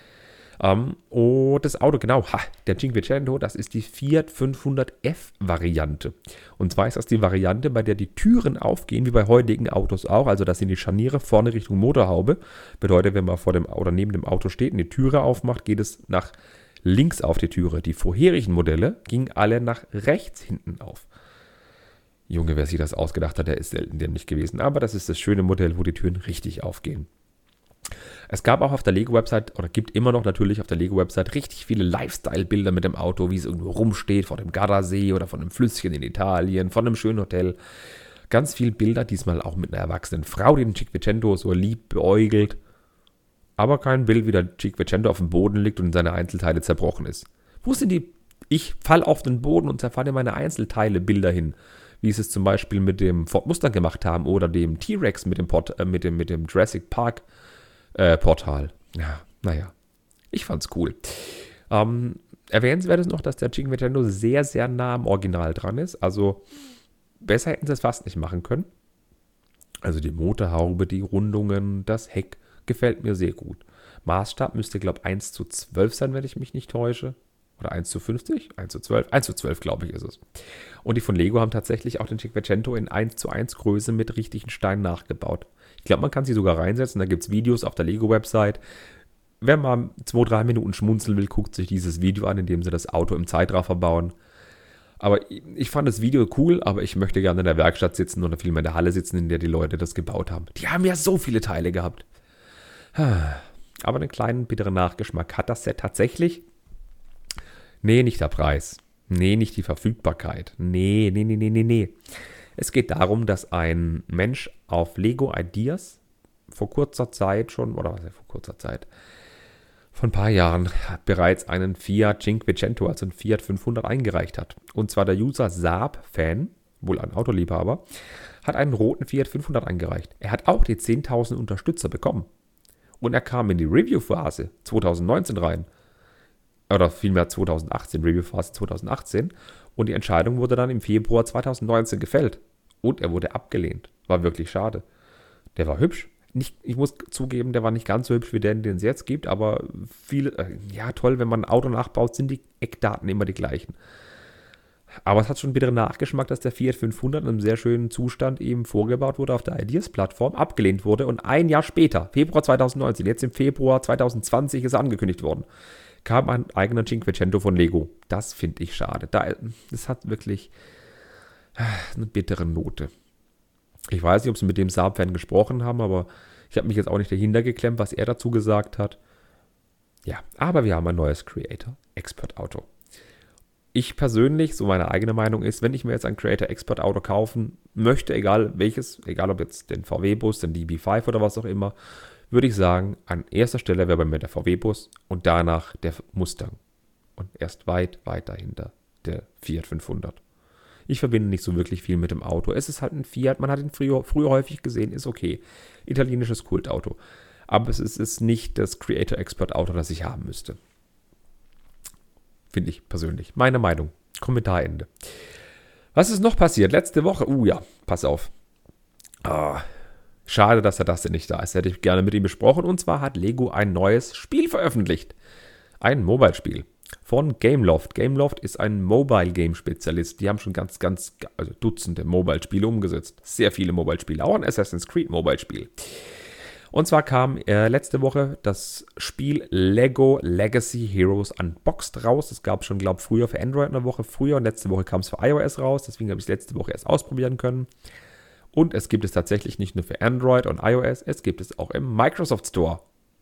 Und das Auto, genau, der Cinquecento, das ist die Fiat 500F Variante. Und zwar ist das die Variante, bei der die Türen aufgehen, wie bei heutigen Autos auch. Also das sind die Scharniere vorne Richtung Motorhaube. Bedeutet, wenn man vor dem oder neben dem Auto steht und die Türe aufmacht, geht es nach links auf die Türe. Die vorherigen Modelle gingen alle nach rechts hinten auf. Junge, wer sich das ausgedacht hat, der ist selten dämlich gewesen. Aber das ist das schöne Modell, wo die Türen richtig aufgehen. Es gab auch auf der Lego-Website, oder gibt immer noch natürlich auf der Lego-Website, richtig viele Lifestyle-Bilder mit dem Auto, wie es irgendwo rumsteht, vor dem Gardasee oder von einem Flüsschen in Italien, von einem schönen Hotel. Ganz viele Bilder, diesmal auch mit einer erwachsenen Frau, die den Cinquecento so lieb beäugelt. Aber kein Bild, wie der Cinquecento auf dem Boden liegt und in seine Einzelteile zerbrochen ist. Wo sind die? Ich falle auf den Boden und zerfalle meine Einzelteile-Bilder hin. Wie sie es zum Beispiel mit dem Ford Mustang gemacht haben oder dem T-Rex mit dem Jurassic Park Portal. Ja, naja, ich fand's cool. Erwähnenswert ist noch, dass der Cinquecento sehr, sehr nah am Original dran ist. Also besser hätten sie es fast nicht machen können. Also die Motorhaube, die Rundungen, das Heck gefällt mir sehr gut. Maßstab müsste, glaube ich, 1:12 sein, wenn ich mich nicht täusche. Oder 1:50? 1:12? 1:12, glaube ich, ist es. Und die von Lego haben tatsächlich auch den Cinquecento in 1:1 Größe mit richtigen Steinen nachgebaut. Ich glaube, man kann sie sogar reinsetzen. Da gibt es Videos auf der Lego-Website. Wer mal 2-3 Minuten schmunzeln will, guckt sich dieses Video an, in dem sie das Auto im Zeitraffer bauen. Aber ich fand das Video cool, aber ich möchte gerne in der Werkstatt sitzen oder vielmehr in der Halle sitzen, in der die Leute das gebaut haben. Die haben ja so viele Teile gehabt. Aber einen kleinen bitteren Nachgeschmack hat das Set tatsächlich. Nee, nicht der Preis. Nee, nicht die Verfügbarkeit. Nee. Es geht darum, dass ein Mensch auf Lego Ideas vor kurzer Zeit schon, oder was heißt vor kurzer Zeit, vor ein paar Jahren bereits einen Fiat Cinquecento, also einen Fiat 500 eingereicht hat. Und zwar der User Saab-Fan, wohl ein Autoliebhaber, hat einen roten Fiat 500 eingereicht. Er hat auch die 10.000 Unterstützer bekommen. Und er kam in die Review-Phase 2019 rein. Oder vielmehr 2018, Review-Phase 2018. Und die Entscheidung wurde dann im Februar 2019 gefällt. Und er wurde abgelehnt. War wirklich schade. Der war hübsch. Ich muss zugeben, der war nicht ganz so hübsch wie den es jetzt gibt, aber viele, ja toll, wenn man ein Auto nachbaut, sind die Eckdaten immer die gleichen. Aber es hat schon einen bitteren Nachgeschmack, dass der Fiat 500 in einem sehr schönen Zustand eben vorgebaut wurde auf der Ideas-Plattform, abgelehnt wurde und ein Jahr später, Februar 2019, jetzt im Februar 2020 ist er angekündigt worden, kam ein eigener Cinquecento von Lego. Das finde ich schade. Das hat wirklich eine bittere Note. Ich weiß nicht, ob sie mit dem Saab-Fan gesprochen haben, aber ich habe mich jetzt auch nicht dahinter geklemmt, was er dazu gesagt hat. Ja, aber wir haben ein neues Creator-Expert-Auto. Ich persönlich, so meine eigene Meinung ist, wenn ich mir jetzt ein Creator-Expert-Auto kaufen möchte, egal welches, egal ob jetzt den VW-Bus, den DB5 oder was auch immer, würde ich sagen, an erster Stelle wäre bei mir der VW-Bus und danach der Mustang. Und erst weit dahinter der Fiat 500. Ich verbinde nicht so wirklich viel mit dem Auto. Es ist halt ein Fiat, man hat ihn früher häufig gesehen, ist okay. Italienisches Kultauto. Aber es ist nicht das Creator-Expert-Auto, das ich haben müsste. Finde ich persönlich. Meine Meinung. Kommentarende. Was ist noch passiert? Letzte Woche. Ja, pass auf. Schade, dass das denn nicht da ist. Hätte ich gerne mit ihm besprochen. Und zwar hat Lego ein neues Spiel veröffentlicht. Ein Mobile-Spiel. Von Gameloft. Gameloft ist ein Mobile-Game-Spezialist. Die haben schon ganz Dutzende Mobile-Spiele umgesetzt. Sehr viele Mobile-Spiele. Auch ein Assassin's Creed Mobile-Spiel. Und zwar kam letzte Woche das Spiel Lego Legacy Heroes Unboxed raus. Das gab es schon, glaube ich, früher für Android eine Woche früher. Und letzte Woche kam es für iOS raus. Deswegen habe ich es letzte Woche erst ausprobieren können. Und es gibt es tatsächlich nicht nur für Android und iOS. Es gibt es auch im Microsoft Store.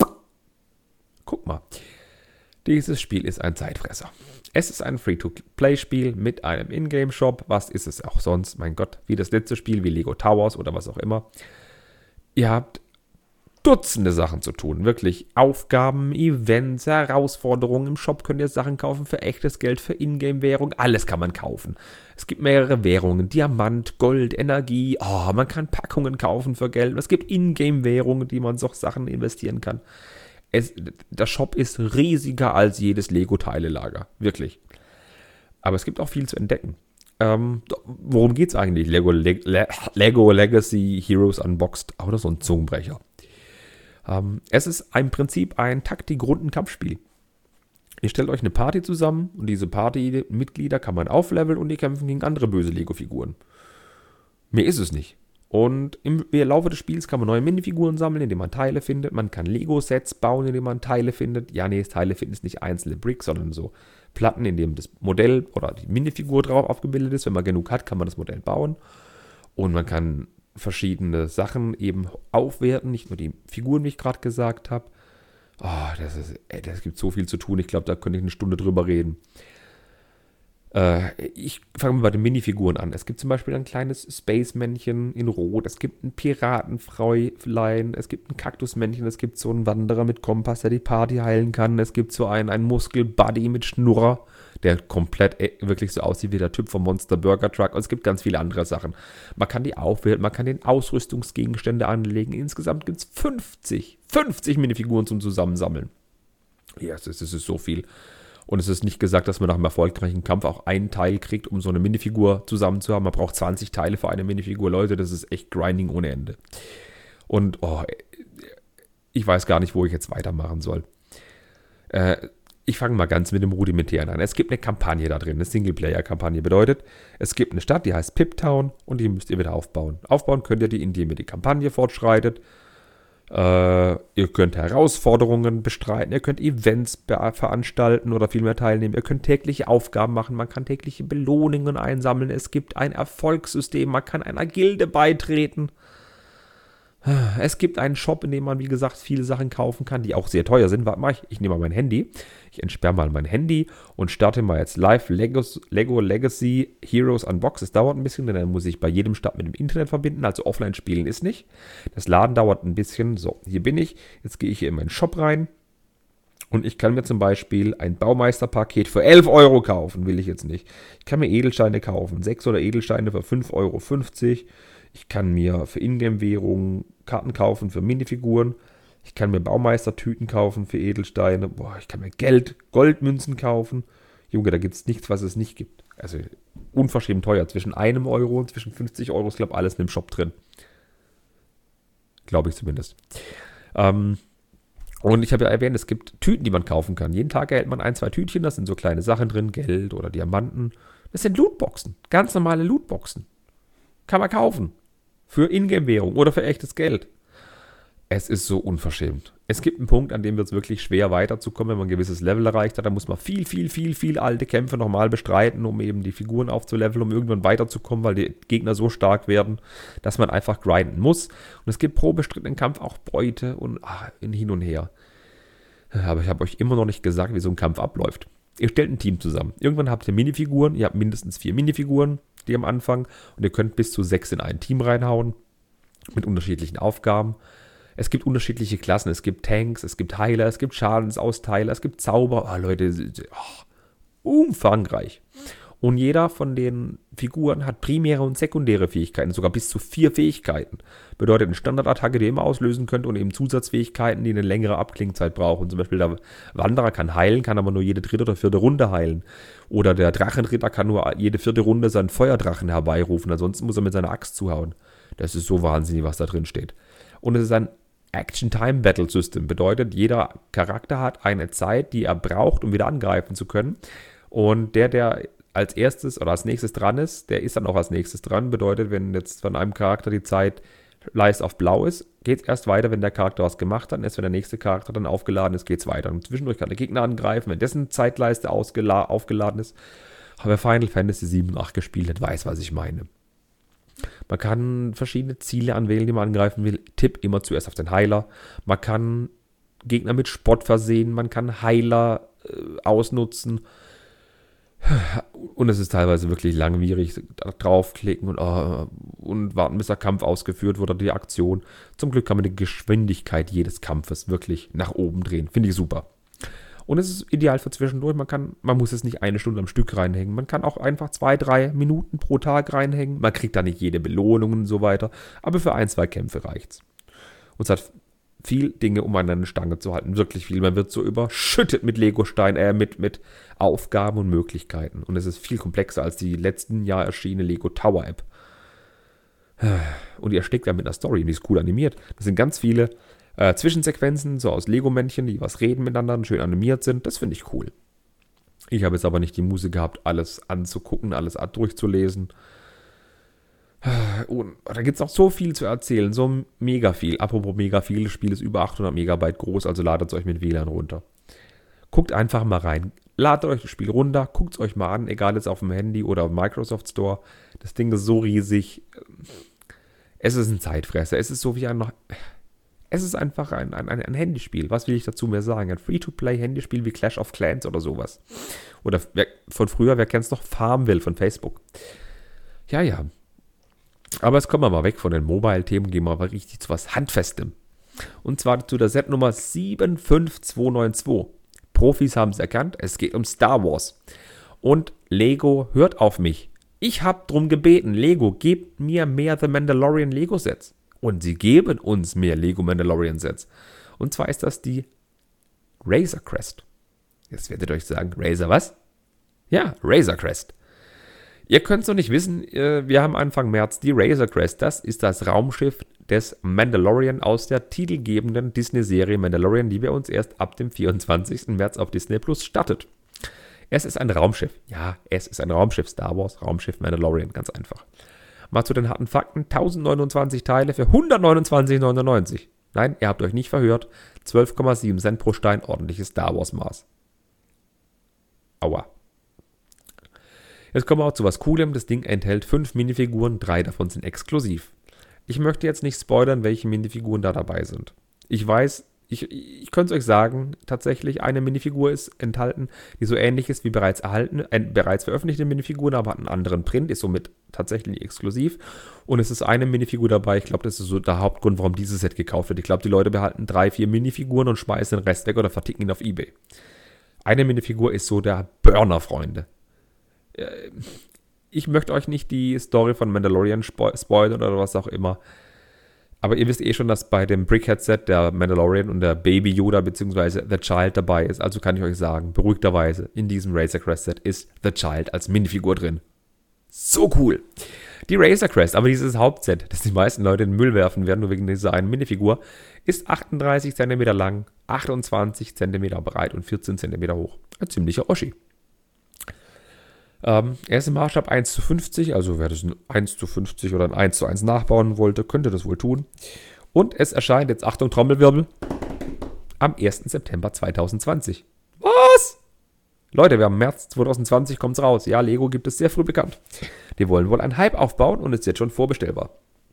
Guck mal. Dieses Spiel ist ein Zeitfresser. Es ist ein Free-to-Play-Spiel mit einem Ingame-Shop. Was ist es auch sonst? Mein Gott, wie das letzte Spiel, wie Lego Towers oder was auch immer. Ihr habt Dutzende Sachen zu tun. Wirklich Aufgaben, Events, Herausforderungen. Im Shop könnt ihr Sachen kaufen für echtes Geld, für Ingame-Währung. Alles kann man kaufen. Es gibt mehrere Währungen. Diamant, Gold, Energie. Man kann Packungen kaufen für Geld. Es gibt Ingame-Währungen, die man so Sachen investieren kann. Der Shop ist riesiger als jedes Lego-Teilelager. Wirklich. Aber es gibt auch viel zu entdecken. Worum geht es eigentlich? Lego Legacy Heroes Unboxed. Oder so ein Zungenbrecher. Es ist im Prinzip ein Taktik-Runden-Kampfspiel. Ihr stellt euch eine Party zusammen und diese Party-Mitglieder kann man aufleveln und die kämpfen gegen andere böse Lego-Figuren. Mehr ist es nicht. Und im Laufe des Spiels kann man neue Minifiguren sammeln, indem man Teile findet. Man kann Lego-Sets bauen, indem man Teile findet. Teile finden ist nicht einzelne Bricks, sondern so Platten, in denen das Modell oder die Minifigur drauf aufgebildet ist. Wenn man genug hat, kann man das Modell bauen. Und man kann verschiedene Sachen eben aufwerten, nicht nur die Figuren, wie ich gerade gesagt habe. Das gibt so viel zu tun. Ich glaube, da könnte ich eine Stunde drüber reden. Ich fange mal bei den Minifiguren an. Es gibt zum Beispiel ein kleines Space-Männchen in Rot. Es gibt ein Piratenfräulein. Es gibt ein Kaktusmännchen. Es gibt so einen Wanderer mit Kompass, der die Party heilen kann. Es gibt so einen Muskel-Buddy mit Schnurrer, der komplett wirklich so aussieht wie der Typ vom Monster Burger Truck. Und es gibt ganz viele andere Sachen. Man kann die aufwerten, man kann den Ausrüstungsgegenstände anlegen. Insgesamt gibt es 50 Minifiguren zum Zusammensammeln. Ja, das ist so viel. Und es ist nicht gesagt, dass man nach einem erfolgreichen Kampf auch einen Teil kriegt, um so eine Minifigur zusammen zu haben. Man braucht 20 Teile für eine Minifigur. Leute, das ist echt Grinding ohne Ende. Und ich weiß gar nicht, wo ich jetzt weitermachen soll. Ich fange mal ganz mit dem Rudimentären an. Es gibt eine Kampagne da drin, eine Singleplayer-Kampagne. Bedeutet, es gibt eine Stadt, die heißt Piptown und die müsst ihr wieder aufbauen. Aufbauen könnt ihr die, indem ihr die Kampagne fortschreitet. Ihr könnt Herausforderungen bestreiten, ihr könnt Events veranstalten oder vielmehr teilnehmen. Ihr könnt tägliche Aufgaben machen, man kann tägliche Belohnungen einsammeln. Es gibt ein Erfolgssystem, man kann einer Gilde beitreten. Es gibt einen Shop, in dem man, wie gesagt, viele Sachen kaufen kann, die auch sehr teuer sind. Warte mal, ich nehme mal mein Handy. Ich entsperre mal mein Handy und starte mal jetzt live Lego Legacy Heroes Unbox. Es dauert ein bisschen, denn dann muss ich bei jedem Start mit dem Internet verbinden. Also offline spielen ist nicht. Das Laden dauert ein bisschen. So, hier bin ich. Jetzt gehe ich hier in meinen Shop rein. Und ich kann mir zum Beispiel ein Baumeisterpaket für 11 Euro kaufen. Will ich jetzt nicht. Ich kann mir Edelsteine kaufen. 6 oder Edelsteine für 5,50 Euro. Ich kann mir für Ingame-Währungen Karten kaufen für Minifiguren. Ich kann mir Baumeistertüten kaufen für Edelsteine. Boah, ich kann mir Goldmünzen kaufen. Junge, da gibt es nichts, was es nicht gibt. Also unverschämt teuer. Zwischen 1 Euro und zwischen 50 Euro ist, glaube ich, alles in dem Shop drin. Glaube ich zumindest. Und ich habe ja erwähnt, es gibt Tüten, die man kaufen kann. Jeden Tag erhält man 1, 2 Tütchen. Da sind so kleine Sachen drin. Geld oder Diamanten. Das sind Lootboxen. Ganz normale Lootboxen. Kann man kaufen. Für Ingame-Währung oder für echtes Geld. Es ist so unverschämt. Es gibt einen Punkt, an dem wird es wirklich schwer weiterzukommen, wenn man ein gewisses Level erreicht hat. Da muss man viel alte Kämpfe nochmal bestreiten, um eben die Figuren aufzuleveln, um irgendwann weiterzukommen, weil die Gegner so stark werden, dass man einfach grinden muss. Und es gibt pro bestrittenen Kampf auch Beute und hin und her. Aber ich habe euch immer noch nicht gesagt, wie so ein Kampf abläuft. Ihr stellt ein Team zusammen. Irgendwann habt ihr Minifiguren. Ihr habt mindestens 4 Minifiguren, die am Anfang. Und ihr könnt bis zu 6 in ein Team reinhauen. Mit unterschiedlichen Aufgaben. Es gibt unterschiedliche Klassen. Es gibt Tanks, es gibt Heiler, es gibt Schadensausteiler, es gibt Zauber. Leute, umfangreich. Und jeder von den Figuren hat primäre und sekundäre Fähigkeiten, sogar bis zu 4 Fähigkeiten. Bedeutet eine Standardattacke, die ihr immer auslösen könnt und eben Zusatzfähigkeiten, die eine längere Abklingzeit brauchen. Zum Beispiel der Wanderer kann heilen, kann aber nur jede 3. oder 4. Runde heilen. Oder der Drachenritter kann nur jede 4. Runde seinen Feuerdrachen herbeirufen, ansonsten muss er mit seiner Axt zuhauen. Das ist so wahnsinnig, was da drin steht. Und es ist ein Action-Time-Battle-System. Bedeutet, jeder Charakter hat eine Zeit, die er braucht, um wieder angreifen zu können. Und der als erstes oder als nächstes dran ist, der ist dann auch als nächstes dran. Bedeutet, wenn jetzt von einem Charakter die Zeitleiste auf blau ist, geht es erst weiter, wenn der Charakter was gemacht hat. Und erst wenn der nächste Charakter dann aufgeladen ist, geht es weiter. Und zwischendurch kann der Gegner angreifen, wenn dessen Zeitleiste aufgeladen ist. Wer Final Fantasy 7 und 8 gespielt hat, weiß, was ich meine. Man kann verschiedene Ziele anwählen, die man angreifen will. Tipp immer zuerst auf den Heiler. Man kann Gegner mit Spott versehen. Man kann Heiler ausnutzen. Und es ist teilweise wirklich langwierig. Draufklicken und warten, bis der Kampf ausgeführt wird oder die Aktion. Zum Glück kann man die Geschwindigkeit jedes Kampfes wirklich nach oben drehen. Finde ich super. Und es ist ideal für zwischendurch. Man muss es nicht 1 Stunde am Stück reinhängen. Man kann auch einfach 2, 3 Minuten pro Tag reinhängen. Man kriegt da nicht jede Belohnung und so weiter. Aber für 1, 2 Kämpfe reicht's. Und es hat viel Dinge, um an eine Stange zu halten. Wirklich viel. Man wird so überschüttet mit Lego-Steinen, mit Aufgaben und Möglichkeiten. Und es ist viel komplexer als die letzten Jahr erschienene Lego Tower App. Und ihr steckt da mit einer Story, die ist cool animiert. Das sind ganz viele Zwischensequenzen, so aus Lego-Männchen, die was reden miteinander und schön animiert sind. Das finde ich cool. Ich habe jetzt aber nicht die Muße gehabt, alles anzugucken, alles durchzulesen. Und da gibt es noch so viel zu erzählen, so mega viel. Apropos mega viel, das Spiel ist über 800 Megabyte groß, also ladet es euch mit WLAN runter. Guckt einfach mal rein. Ladet euch das Spiel runter, guckt es euch mal an, egal jetzt auf dem Handy oder im Microsoft Store. Das Ding ist so riesig. Es ist ein Zeitfresser. Es ist so wie Es ist einfach ein Handyspiel. Was will ich dazu mehr sagen? Ein Free-to-Play-Handyspiel wie Clash of Clans oder sowas. Oder von früher, wer kennt es noch? Farmville von Facebook. Ja. Aber jetzt kommen wir mal weg von den Mobile-Themen, gehen wir aber richtig zu was Handfestem. Und zwar zu der Setnummer 75292. Profis haben es erkannt, es geht um Star Wars. Und Lego hört auf mich. Ich habe drum gebeten, Lego, gebt mir mehr The Mandalorian Lego-Sets. Und sie geben uns mehr Lego Mandalorian Sets. Und zwar ist das die Razor Crest. Jetzt werdet ihr euch sagen, Razor was? Ja, Razor Crest. Ihr könnt es noch nicht wissen, wir haben Anfang März die Razor Crest. Das ist das Raumschiff des Mandalorian aus der titelgebenden Disney-Serie Mandalorian, die wir uns erst ab dem 24. März auf Disney Plus startet. Es ist ein Raumschiff. Ja, es ist ein Raumschiff. Star Wars, Raumschiff Mandalorian, ganz einfach. Mal zu den harten Fakten. 1029 Teile für 129,99. Nein, ihr habt euch nicht verhört. 12,7 Cent pro Stein, ordentliches Star Wars Maß. Aua. Jetzt kommen wir auch zu was Coolem. Das Ding enthält 5 Minifiguren, 3 davon sind exklusiv. Ich möchte jetzt nicht spoilern, welche Minifiguren da dabei sind. Ich weiß, ich könnte es euch sagen, tatsächlich eine Minifigur ist enthalten, die so ähnlich ist wie bereits veröffentlichte Minifiguren, aber hat einen anderen Print, ist somit tatsächlich exklusiv. Und es ist eine Minifigur dabei, ich glaube, das ist so der Hauptgrund, warum dieses Set gekauft wird. Ich glaube, die Leute behalten 3, 4 Minifiguren und schmeißen den Rest weg oder verticken ihn auf eBay. Eine Minifigur ist so der Burner, Freunde. Ich möchte euch nicht die Story von Mandalorian spoilern oder was auch immer. Aber ihr wisst eh schon, dass bei dem Brickhead-Set der Mandalorian und der Baby Yoda bzw. The Child dabei ist. Also kann ich euch sagen, beruhigterweise, in diesem Razor Crest-Set ist The Child als Minifigur drin. So cool. Die Razor Crest, aber dieses Hauptset, das die meisten Leute in den Müll werfen werden, nur wegen dieser einen Minifigur, ist 38 cm lang, 28 cm breit und 14 cm hoch. Ein ziemlicher Oschi. Er ist im Maßstab 1:50, also wer das ein 1:50 oder ein 1:1 nachbauen wollte, könnte das wohl tun. Und es erscheint, jetzt Achtung Trommelwirbel, am 1. September 2020. Was? Leute, wir haben März 2020, kommt's raus. Ja, Lego gibt es sehr früh bekannt. Die wollen wohl einen Hype aufbauen und ist jetzt schon vorbestellbar.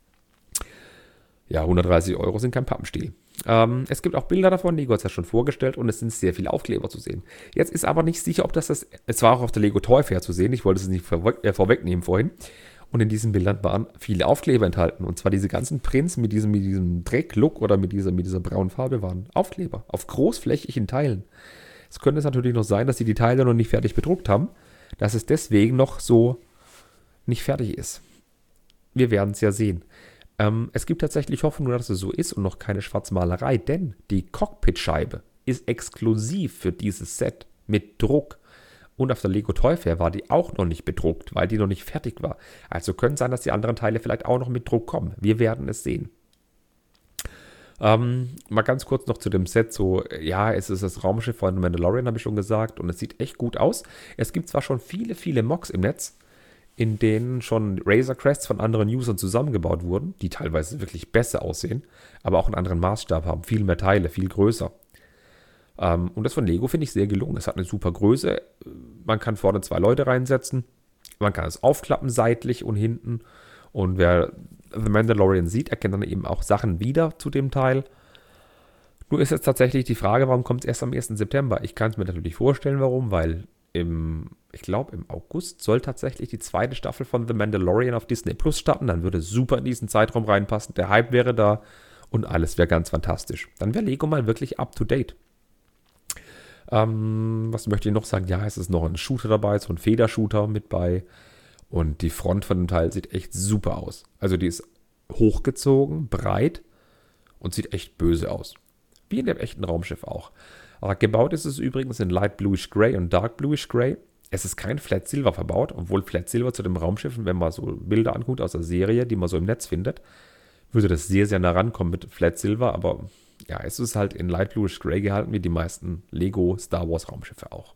Ja, 130 € sind kein Pappenstiel. Es gibt auch Bilder davon, Lego hat es ja schon vorgestellt und es sind sehr viele Aufkleber zu sehen. Jetzt ist aber nicht sicher, ob es war auch auf der Lego Toy Fair zu sehen, ich wollte es nicht vorwegnehmen vorhin. Und in diesen Bildern waren viele Aufkleber enthalten. Und zwar diese ganzen Prints mit diesem Drecklook oder mit dieser braunen Farbe waren Aufkleber auf großflächigen Teilen. Es könnte es natürlich noch sein, dass sie die Teile noch nicht fertig bedruckt haben, dass es deswegen noch so nicht fertig ist. Wir werden es ja sehen. Es gibt tatsächlich Hoffnung, dass es so ist und noch keine Schwarzmalerei, denn die Cockpitscheibe ist exklusiv für dieses Set mit Druck. Und auf der Lego Toy Fair war die auch noch nicht bedruckt, weil die noch nicht fertig war. Also könnte sein, dass die anderen Teile vielleicht auch noch mit Druck kommen. Wir werden es sehen. Mal ganz kurz noch zu dem Set. So, ja, es ist das Raumschiff von Mandalorian, habe ich schon gesagt. Und es sieht echt gut aus. Es gibt zwar schon viele, viele Mocks im Netz, in denen schon Razor Crests von anderen Usern zusammengebaut wurden, die teilweise wirklich besser aussehen, aber auch einen anderen Maßstab haben, viel mehr Teile, viel größer. Und das von Lego finde ich sehr gelungen. Es hat eine super Größe, man kann vorne 2 Leute reinsetzen, man kann es aufklappen seitlich und hinten und wer The Mandalorian sieht, erkennt dann eben auch Sachen wieder zu dem Teil. Nur ist jetzt tatsächlich die Frage, warum kommt es erst am 1. September? Ich kann es mir natürlich vorstellen, warum, weil ich glaube, im August soll tatsächlich die 2. Staffel von The Mandalorian auf Disney Plus starten. Dann würde es super in diesen Zeitraum reinpassen. Der Hype wäre da und alles wäre ganz fantastisch. Dann wäre Lego mal wirklich up to date. Was möchte ich noch sagen? Ja, es ist noch ein Shooter dabei, so ein Federshooter mit bei. Und die Front von dem Teil sieht echt super aus. Also die ist hochgezogen, breit und sieht echt böse aus. Wie in dem echten Raumschiff auch. Aber gebaut ist es übrigens in Light Bluish Gray und Dark Bluish Gray. Es ist kein Flat Silver verbaut, obwohl Flat Silver zu dem Raumschiff, wenn man so Bilder anguckt aus der Serie, die man so im Netz findet, würde das sehr, sehr nah rankommen mit Flat Silver. Aber ja, es ist halt in Light Bluish Gray gehalten, wie die meisten Lego Star Wars Raumschiffe auch.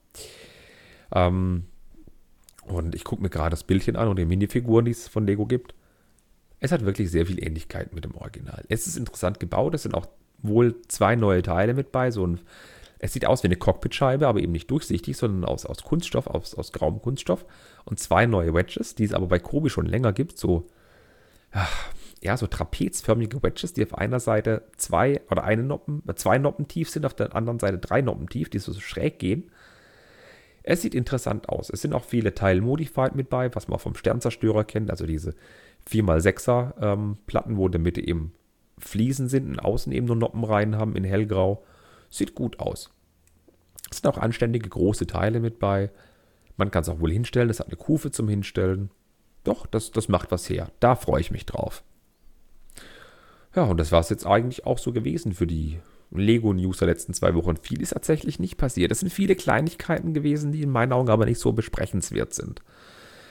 Und ich gucke mir gerade das Bildchen an und die Minifiguren, die es von Lego gibt. Es hat wirklich sehr viel Ähnlichkeit mit dem Original. Es ist interessant gebaut, es sind auch wohl 2 neue Teile mit bei, es sieht aus wie eine Cockpitscheibe, aber eben nicht durchsichtig, sondern aus Kunststoff, aus grauem Kunststoff. Und 2 neue Wedges, die es aber bei Kobi schon länger gibt. So trapezförmige Wedges, die auf einer Seite 2 Noppen tief sind, auf der anderen Seite 3 Noppen tief, die so schräg gehen. Es sieht interessant aus. Es sind auch viele Teil-Modified mit bei, was man vom Sternzerstörer kennt. Also diese 4x6er Platten, wo in der Mitte eben Fliesen sind und außen eben nur Noppenreihen haben in hellgrau. Sieht gut aus. Es sind auch anständige große Teile mit bei. Man kann es auch wohl hinstellen. Es hat eine Kufe zum Hinstellen. Doch, das macht was her. Da freue ich mich drauf. Ja, und das war es jetzt eigentlich auch so gewesen für die Lego-News der letzten 2 Wochen. Viel ist tatsächlich nicht passiert. Es sind viele Kleinigkeiten gewesen, die in meinen Augen aber nicht so besprechenswert sind.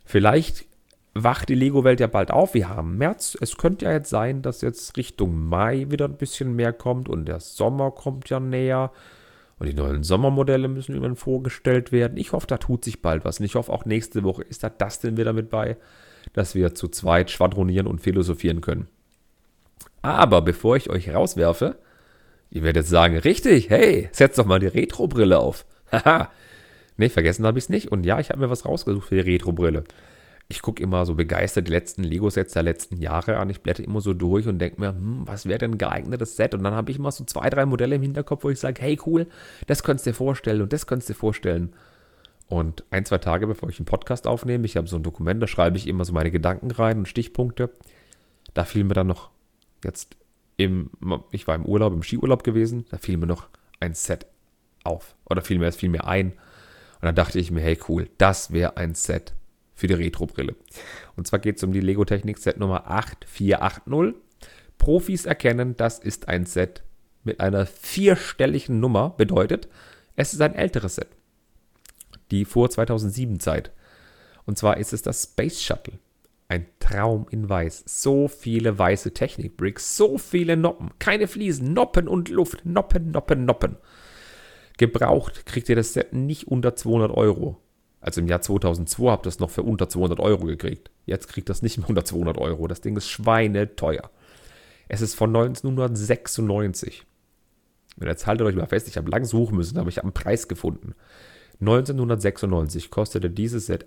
Vielleicht wacht die Lego-Welt ja bald auf. Wir haben März. Es könnte ja jetzt sein, dass jetzt Richtung Mai wieder ein bisschen mehr kommt und der Sommer kommt ja näher. Und die neuen Sommermodelle müssen irgendwann vorgestellt werden. Ich hoffe, da tut sich bald was. Und ich hoffe, auch nächste Woche ist da Dustin wieder mit bei, dass wir zu zweit schwadronieren und philosophieren können. Aber bevor ich euch rauswerfe, ihr werdet sagen, richtig, hey, setz doch mal die Retro-Brille auf. Haha. Nee, vergessen habe ich es nicht. Und ja, ich habe mir was rausgesucht für die Retro-Brille. Ich gucke immer so begeistert die letzten Lego-Sets der letzten Jahre an. Ich blätter immer so durch und denke mir, was wäre denn ein geeignetes Set? Und dann habe ich immer so 2, 3 Modelle im Hinterkopf, wo ich sage, hey cool, das könntest du dir vorstellen und das könntest du dir vorstellen. Und 1, 2 Tage, bevor ich einen Podcast aufnehme, ich habe so ein Dokument, da schreibe ich immer so meine Gedanken rein und Stichpunkte. Da fiel mir dann noch ich war im Urlaub, im Skiurlaub gewesen, da fiel mir noch ein Set auf. Oder es fiel mir ein. Und dann dachte ich mir, hey cool, das wäre ein Set für die Retro-Brille. Und zwar geht es um die Lego Technik Set Nummer 8480. Profis erkennen, das ist ein Set mit einer 4-stelligen Nummer, bedeutet, es ist ein älteres Set. Die vor 2007 Zeit. Und zwar ist es das Space Shuttle. Ein Traum in weiß. So viele weiße Technik-Bricks, so viele Noppen. Keine Fliesen, Noppen und Luft. Noppen, Noppen, Noppen. Gebraucht kriegt ihr das Set nicht unter 200 Euro. Also im Jahr 2002 habt ihr es noch für unter 200 Euro gekriegt. Jetzt kriegt ihr es nicht mehr unter 200 Euro. Das Ding ist schweineteuer. Es ist von 1996. Und jetzt haltet euch mal fest, ich habe lang suchen müssen, aber ich habe einen Preis gefunden. 1996 kostete dieses Set